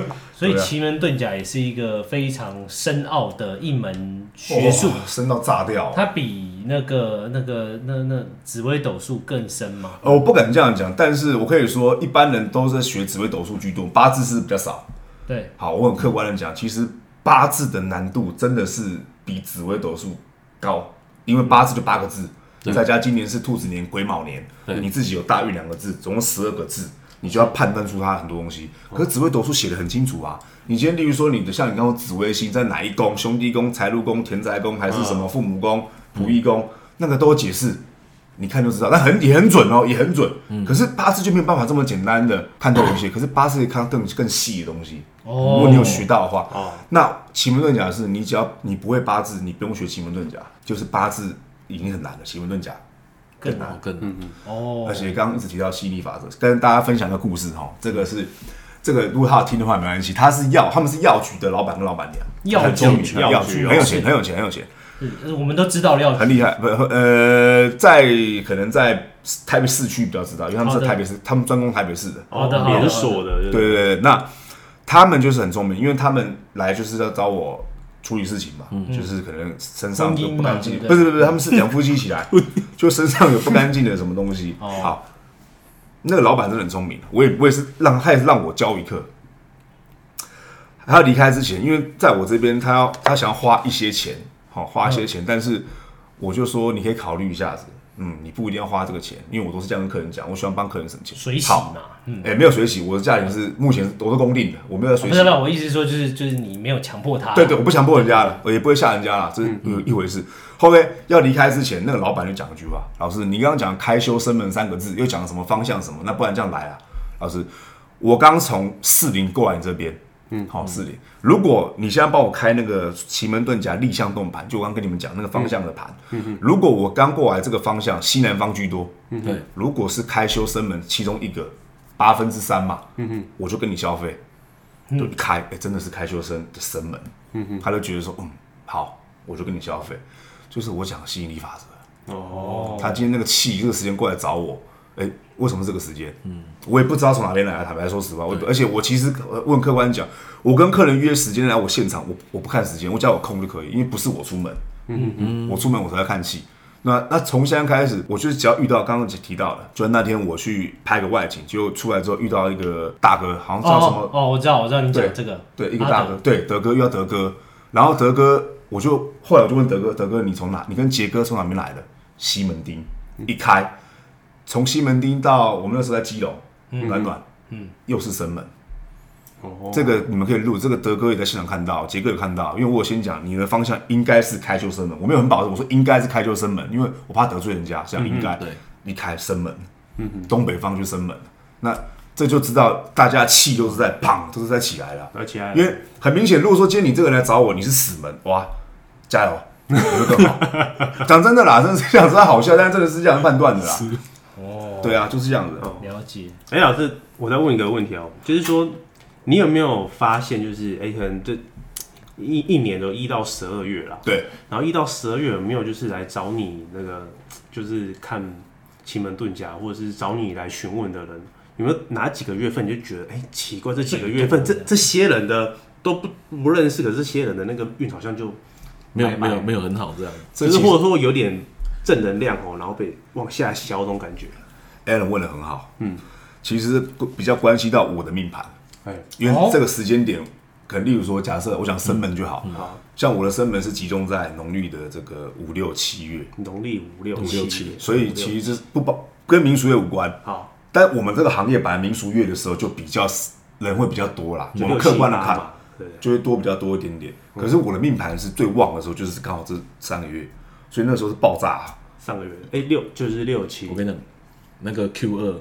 所以奇门遁甲也是一个非常深奥的一门学术， 哦、深到炸掉。 它比那个那个那那紫微斗数更深吗？ 呃，我不敢这样讲，但是我可以说，一般人都是学紫微斗数居多，八字是比较少。 对， 好，我很客观的讲，其实八字的难度真的是比紫微斗数高，因为八字就八个字，再加今年是兔子年、癸卯年，你自己有大运两个字，总共十二个字。你就要判断出它很多东西，可是紫微斗数写得很清楚啊。你今天例如说你的像你刚刚紫微星在哪一宫，兄弟宫、财禄宫、田宅宫，还是什么父母宫、仆役宫，那个都有解释，你看就知道。但很也很准哦，也很准。可是八字就没有办法这么简单的看透一些，可是八字可以看到更更细的东西。如果你有学到的话，那奇门遁甲是你只要你不会八字，你不用学奇门遁甲，就是八字已经很难了，奇门遁甲。 更难，更难。 哦， 而且刚刚一直提到吸引力法则，跟大家分享个故事哈。这个是这个，如果他有听的话没关系。他是药，他们是药局的老板跟老板娘， 药很聪明， 局药局很有钱，很有钱，很有钱， 我们都知道药局很厉害。不呃，在可能在台北市区比较知道，因为他们是台北市，他们专攻台北市的， 好的连锁的。 对对对，那他们就是很聪明，因为他们来就是要找我。处理事情嘛，嗯、就是可能身上有不干净，不是不是，他们是两夫妻一起来，就身上有不干净的什么东西。哦、好，那个老板真的很聪明，我也我也是让他也是让我教一课。他要离开之前，因为在我这边，他要他想要花一些钱，好花一些钱，嗯、但是我就说你可以考虑一下子。嗯，你不一定要花这个钱，因为我都是这样跟客人讲，我喜欢帮客人省钱。 水洗嘛， 嗯，哎、欸，没有水洗，我的价钱是目前我是公定的，我没有在水洗。 不是，我意思是说，就是就是你没有强迫他。 对对，我不强迫人家了，我也不会吓人家了，这是一回事。后面要离开之前，那个老板就讲一句话：老师，你刚刚讲开修生门三个字，又讲了什么方向什么？那不然这样来啊，老师，我刚从士林过来你这边。嗯，好，士林。如果你现在帮我开那个奇门遁甲立向动盘，就我刚跟你们讲那个方向的盘。嗯嗯。如果我刚过来这个方向西南方居多，嗯对。如果是开修生门其中一个八分之三嘛，嗯哼，我就跟你消费，就一开，哎、欸，真的是开修生的生门，嗯哼，他就觉得说，嗯，好，我就跟你消费，就是我讲吸引力法则。哦。他今天那个气这个时间过来找我。哎、欸，为什么这个时间？嗯，我也不知道从哪边来的。坦白说实话，我而且我其实问客观讲，我跟客人约时间来我现场，我我不看时间，我只要有空就可以，因为不是我出门，嗯嗯，我出门我才在看戏。那那从现在开始，我就是只要遇到刚刚提到的，就是那天我去拍个外景，就出来之后遇到一个大哥，好像叫什么？ 哦，哦我知道，我知道你讲这个， 对，一个大哥，对，德哥遇到德哥，然后德哥，我就后来我就问德哥，德哥你从哪？你跟杰哥从哪边来的？西门町，一开。从西门町到我们那时候在基隆，嗯、暖暖，嗯，又是生门，哦，这个你们可以录，这个德哥也在现场看到，杰哥也看到，因为我有先讲你的方向应该是开修生门，我没有很保证，我说应该是开修生门，因为我怕得罪人家，这样应该，对，你开生门，嗯东北方就生门，那这就知道大家气都是在砰，都是在起来了， 起来了， 因为很明显，如果说今天你这个人来找我，你是死门，哇，加油，我就更好，讲真的啦，真的是这样子，好笑，但是真的是这样判断的啦。哦，对啊，就是这样子。 了解。 哎、欸，老师，我再问一个问题哦，就是说，你有没有发现，就是哎、欸，可能这一一年的一到十二月啦， 对， 然后一到十二月有没有就是来找你那个，就是看奇门遁甲，或者是找你来询问的人，有没有哪几个月份你就觉得，哎、欸，奇怪，这几个月份这这些人的都不不认识，可是这些人的那个运好像就没有没有没有很好这样， 就是或者说有点。正能量哦，然后被往下消那种感觉。 Alan 问得很好，嗯，其实比较关系到我的命盘，哎，因为这个时间点，可能例如说，假设我讲生门就好，嗯嗯、像我的生门是集中在农历的这个五六七月， 农历五六七月， 所以其实不包跟民俗月无关。好，但我们这个行业本来民俗月的时候就比较人会比较多啦，我们客观的看，就会多比较多一点点。可是我的命盘是最旺的时候，就是刚好这三个月。所以那时候是爆炸、啊， 上个月哎、欸、六就是六七， 我跟你讲，那个 Q 二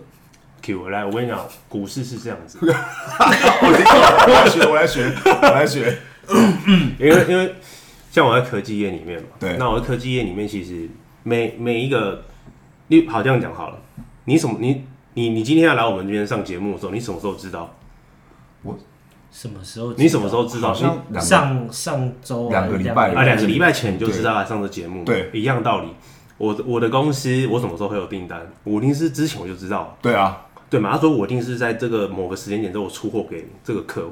Q 来，我跟你讲，股市是这样子， 我来学，我来学，我来学， 因为因为像我在科技业里面嘛， 对， 那我在科技业里面其实每每一个，你好这样讲好了，你什么你你你今天要来我们这边上节目的时候，你什么时候知道？ 我。 什么时候？ 你什么时候知道？ 上上周两个礼拜啊，两个礼拜前就知道来上这节目， 对， 一样道理。我我的公司，我什么时候会有订单？我一定是之前我就知道， 对啊， 对嘛？他说我一定是在这个某个时间点之后，我出货给这个客户嘛。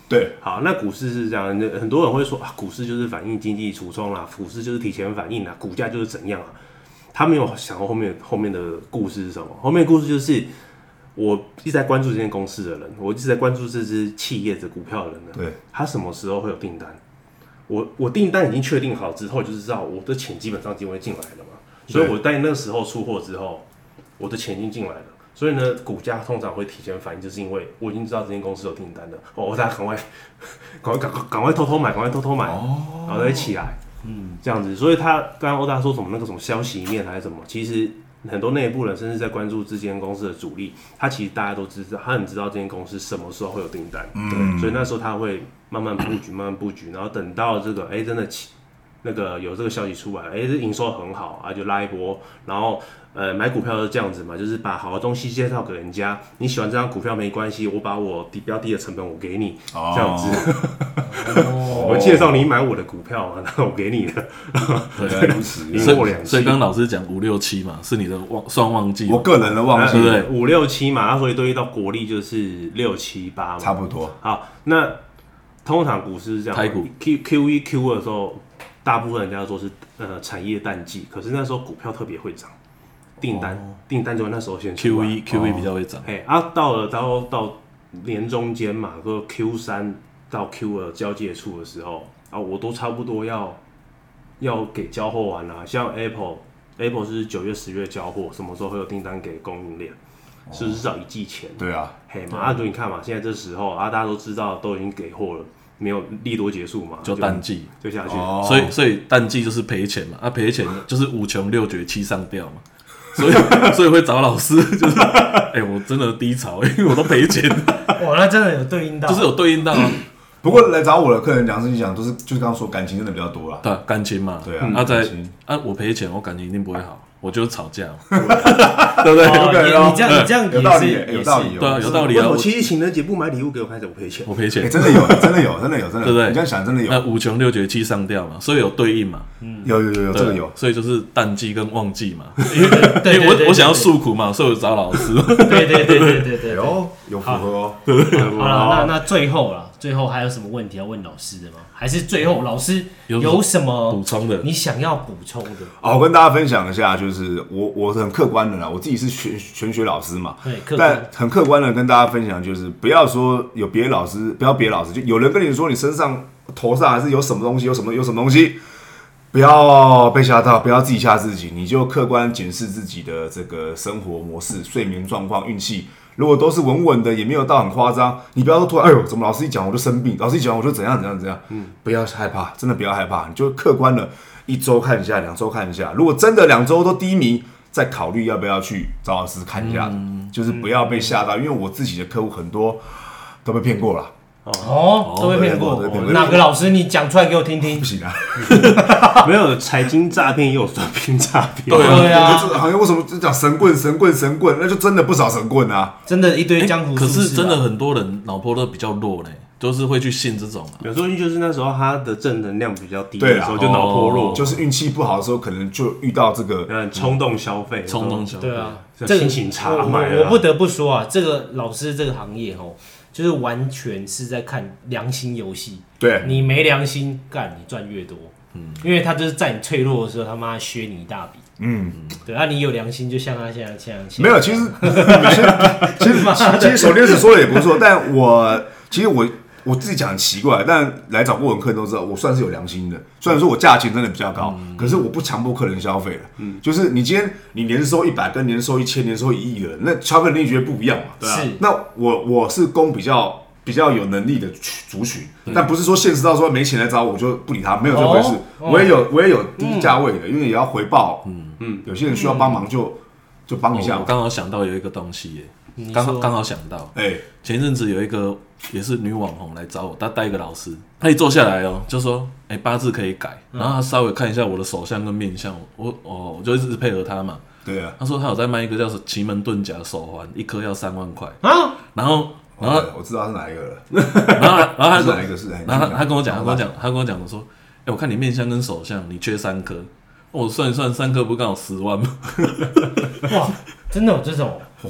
对， 好，那股市是这样，很多人会说啊，股市就是反映经济橱窗啦，股市就是提前反应啦，股价就是怎样啊？他没有想过后面后面的故事是什么？后面的故事就是我一直在关注这间公司的人，我一直在关注这支企业的股票的人呢， 对， 他什么时候会有订单？我我订单已经确定好之后，就知道我的钱基本上就会进来了嘛，所以我在那个时候出货之后，我的钱已经进来了。所以呢，股价通常会提前反应，就是因为我已经知道这间公司有订单了，哦，大家赶快、赶快、赶快、赶快偷偷买，赶快偷偷买，哦、然后再起来，嗯，这样子。所以他刚刚欧大说什么那个什么消息面还是什么，其实很多内部人甚至在关注这间公司的主力，他其实大家都知道，他很知道这间公司什么时候会有订单，嗯，所以那时候他会慢慢布局，慢慢布局，然后等到这个哎、欸、真的起那个有这个消息出来，哎、欸，这营收很好啊，就拉一波，然后。呃，买股票是这样子嘛，就是把好的东西介绍给人家。你喜欢这张股票没关系，我把我低比较低的成本我给你，哦、这样子。哦、我介绍你买我的股票嘛，然后我给你的。 对，如此。 所以，所以刚老师讲五六七嘛，是你的旺算旺季。 我个人的旺季， 对不对？ 五六七嘛，那所以对应到国历就是六七八嘛， 差不多。 好，那通常股市是这样， 台股 Q Q 一 Q 二的时候，大部分人家说是呃产业淡季，可是那时候股票特别会涨。订单，订、哦、单就那时候先出来 Q 一 Q 一比较会涨， 哎、哦、啊，到了到到年中间嘛，个 Q 三到 Q 二交界处的时候啊，我都差不多要要给交货完了。像 Apple Apple 是九月十月交货，什么时候会有订单给供应链？哦、是至少一季前。 对啊， 嘿嘛，啊，你看嘛，现在这时候啊，大家都知道都已经给货了。没有利多结束嘛， 就淡季就下去， 哦、所以所以淡季就是赔钱嘛，啊赔钱就是五穷六绝七上吊嘛。所以，所以会找老师，就是，哎、欸，我真的低潮，因为我都赔钱。 哇，那真的有对应到， 就是有对应到啊。 不过来找我的客人讲，是你讲，都是就是刚刚说感情真的比较多啦。 对，感情嘛。 对啊。 啊，在啊，我赔钱，我感情一定不会好，我就是吵架，对不对？ 哦、你, 你这样，你这样有道理，有道理， 对啊，有道理啊。 我七夕情人节不买礼物给我，开始我赔钱， 我赔钱、 欸，真的有，真的有，真的有，真的有， 对不对？ 你这样想，真的有。 那五穷六绝七上吊嘛，所以有对应嘛。 嗯，有有有有，这个有。 所以就是淡季跟旺季嘛。因为因为我我想要诉苦嘛，所以我找老师。 对对对对对对。 哦，有符合哦。 好了，那那最后了。最后还有什么问题要问老师的吗？还是最后老师有什么补充的？ 你想要补充的？ 好，我跟大家分享一下，就是我我很客观的啦，我自己是全全学老师嘛， 对， 但很客观的跟大家分享，就是不要说有别的老师，不要别的老师，就有人跟你说你身上头上还是有什么东西，有什么有什么东西，不要被吓到，不要自己吓自己，你就客观检视自己的这个生活模式、睡眠状况、运气。如果都是稳稳的，也没有到很夸张，你不要说突然，哎呦，怎么老师一讲我就生病，老师一讲我就怎样怎样怎样，嗯，不要害怕，真的不要害怕，你就客观的一周看一下，两周看一下，如果真的两周都低迷，再考虑要不要去找老师看一下，嗯、就是不要被吓到，因为我自己的客户很多都被骗过了。 哦，都被骗过，哪个老师你讲出来给我听听？ 不行啊， 没有财经诈骗，也有算命诈骗。 对啊， 好像为什么讲神棍、神棍、神棍，那就真的不少神棍啊， 真的，一堆江湖、啊欸。 可是真的很多人脑波都比较弱嘞，都是会去信这种、啊。 有时候就是那时候他的正能量比较低的时候，就脑波弱， 就是运气不好的时候，可能就遇到这个嗯冲动消费， 冲动消费。 对啊， 这个心情差买我我不得不说啊，这个老师这个行业哦。就是完全是在看良心游戏， 对， 你没良心干，你赚越多，嗯，因为他就是在你脆弱的时候，他妈削你一大笔，嗯，对，啊，你有良心，就像他现在这样， 没有，其实，其实，其实守天使说的也不错，但我其实我我自己讲很奇怪，但来找过我的客人都知道，我算是有良心的，虽然说我价钱真的比较高，嗯、可是我不强迫客人消费了，嗯，就是你今天你年收一百跟年收一千、年收一亿的人，那消费能力绝对不一样嘛，对啊，那我我是供比较。比较有能力的族群，但不是说现实到说没钱来找我就不理他，没有这回事。哦、我也有我也有低价位的，嗯、因为也要回报。嗯嗯，有些人需要帮忙就就帮一下。 哦、我刚好想到有一个东西耶，刚好刚好想到，哎、欸，前一阵子有一个也是女网红来找我，她带一个老师，她一坐下来哦，就说，哎、欸，八字可以改，然后她稍微看一下我的手相跟面相，我哦我就一直配合她嘛。 对啊， 她说她有在卖一个叫做奇门遁甲手环，一颗要三万块啊，然后。然后、 哦、我知道是哪一个了， 然后然后他是哪一个是， 然后他跟我讲，他跟我讲，他跟我讲的说，哎、欸，我看你面相跟手相，你缺三颗，我算一算，三颗不刚好十万吗？ 哇，真的有这种？哇，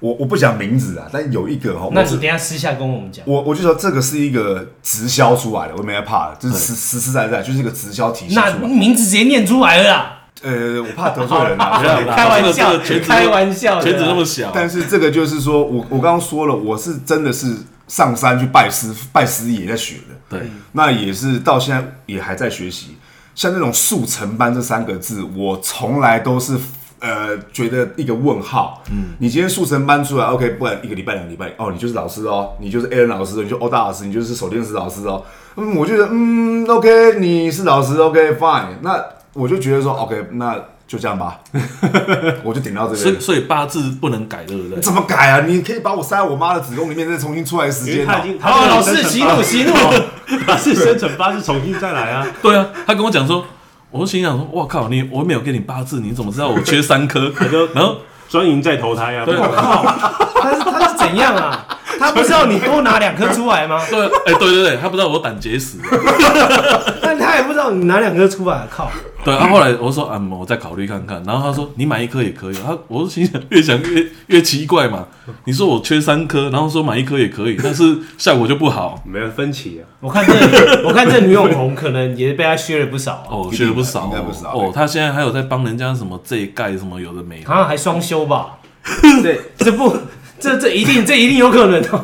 我我不讲名字啊，但有一个哈， 那你等一下私下跟我们讲。 我我就说这个是一个直销出来的，我没在怕的，这是实实实在在就是一个直销体系出来的。 那名字直接念出来了啦。 呃，我怕得罪人啊， 开玩笑，开玩笑， 圈子那么小。 但是这个就是说我我刚刚说了，我是真的是上山去拜师拜师爷在学的， 对， 那也是到现在也还在学习。像那种速成班这三个字，我从来都是呃觉得一个问号。嗯，你今天速成班出来 ，OK， 不然一个礼拜两个礼拜，哦，你就是老师哦，你就是 Aaron 老师，你就欧大老师，你就是手电师老师哦。嗯，我就觉得嗯 ，OK， 你是老师 ，OK fine， 那我就觉得说 OK， 那就这样吧，我就点到这个。 所以所以八字不能改，对不对？ 怎么改啊？你可以把我塞在我妈的子宫里面，再重新出来的时间。 他已经， 好，老师息怒息怒， 他是生辰八字重新再来啊。 对啊，他跟我讲说，我心想说，哇靠，你我没有给你八字，你怎么知道我缺三颗？然后专营再投胎啊！ 对， 他是他是怎样啊？他不知道你多拿两颗出来吗？ 对，哎、欸，对对对，他不知道我胆结石， 但他也不知道你拿两颗出来，靠！ 对啊，后来我说啊，我再考虑看看。然后他说你买一颗也可以。他我心想越想越越奇怪嘛。你说我缺三颗，然后说买一颗也可以，但是效果就不好， 没人分歧啊。 我看这我看这女网红可能也被他削了不少、啊、 哦，削了不少， 应该不少哦。他现在还有在帮人家什么这一盖什么有的没的， 好像还双修吧？对，这不这这一定这一定有可能哦。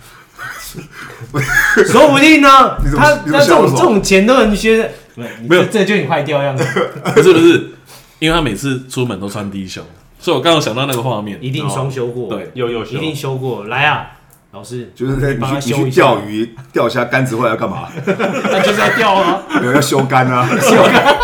说不定呢、啊，他那这种这种钱都能削的，没有，这就你坏掉样子。 不是不是，因为他每次出门都穿低胸，所以我刚刚想到那个画面， 一定双修过， 对， 有有修， 一定修过。来啊，老师， 就是在帮他你去你去修一下钓鱼钓虾竿子回来要干嘛？ 那就是要钓啊， 没有要修竿啊， 修竿。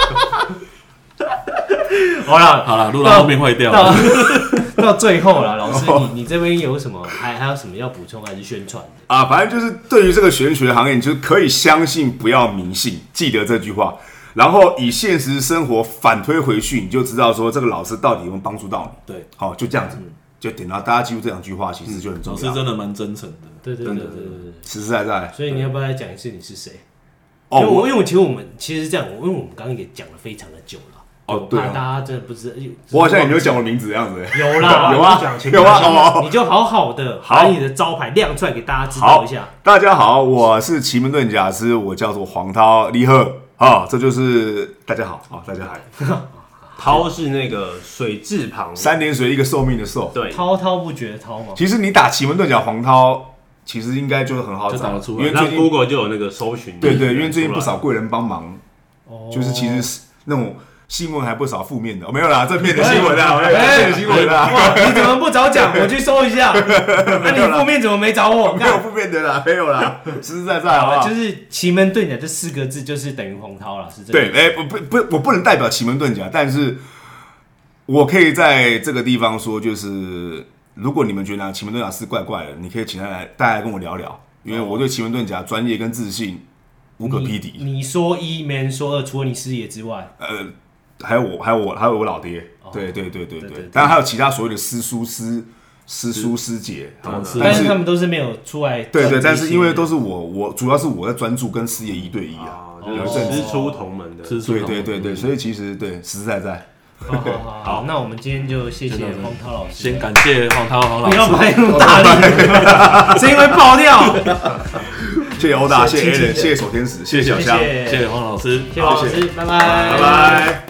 好了好了，录到后面坏掉了。 到最后了，老师，你你这边有什么还还有什么要补充还是宣传的啊？反正就是对于这个玄学行业，你就是可以相信，不要迷信，记得这句话。然后以现实生活反推回去，你就知道说这个老师到底有没有帮助到你。 对， 好，就这样子，就点到大家记住这两句话，其实就很重要。 老师真的蛮真诚的， 对对对对对对， 实实在在。 所以你要不要来讲一次你是谁？ 哦， 因为我因为其实我们其实这样，因为我们刚刚也讲了非常的久了。 哦，对、 怕啊， 大家真的不知道。 我好像也没有讲我名字的样子。 有啦， 有啊，有啊，哦， 你就好好的把你的招牌亮出来给大家知道一下。 大家好，我是奇门遁甲师，我叫做黄涛李贺啊，这就是大家好啊，大家好。 涛是那个水字旁， 三点水一个寿命的寿。 对， 滔滔不绝的滔吗？ 其实你打奇门遁甲黄涛，其实应该就很好找， 出因为最近 Google 就有那个搜寻。 对对，因为最近不少贵人帮忙，就是其实是那种。新闻还不少负面的，哦、没有啦，正面的新闻啦，正面的新闻啦。 哇，你怎么不早讲？我去搜一下。那你负面怎么没找我？ 没有负面的啦，没有啦，实实在在好不好？ 就是奇门遁甲这四个字，就是等于黄涛啦，是这对，哎、欸，不不不，我不能代表奇门遁甲，但是我可以在这个地方说，就是如果你们觉得奇门遁甲是怪怪的，你可以请他来，大家来跟我聊聊，因为我对奇门遁甲专业跟自信无可匹敌。 你, 你说一，没人说二，除了你师爷之外， 呃。还有我，还有我，还有我老爹，哦、对对对对对，当然还有其他所谓的师叔师师叔师姐， 但是但是他们都是没有出来。 对对，但是因为都是我，我主要是我在专注跟师爷一对一啊， 有一阵师出同门的， 对对对对，所以其实对实实在在。 好好好，那我们今天就谢谢黄涛老师， 先感谢黄涛黄老师， 不要拍那么大力，声音会爆掉。 谢谢欧大，谢谢 Aaron， 谢谢守天使，谢谢小香， 谢谢黄老师， 谢谢老师，拜拜， 拜拜。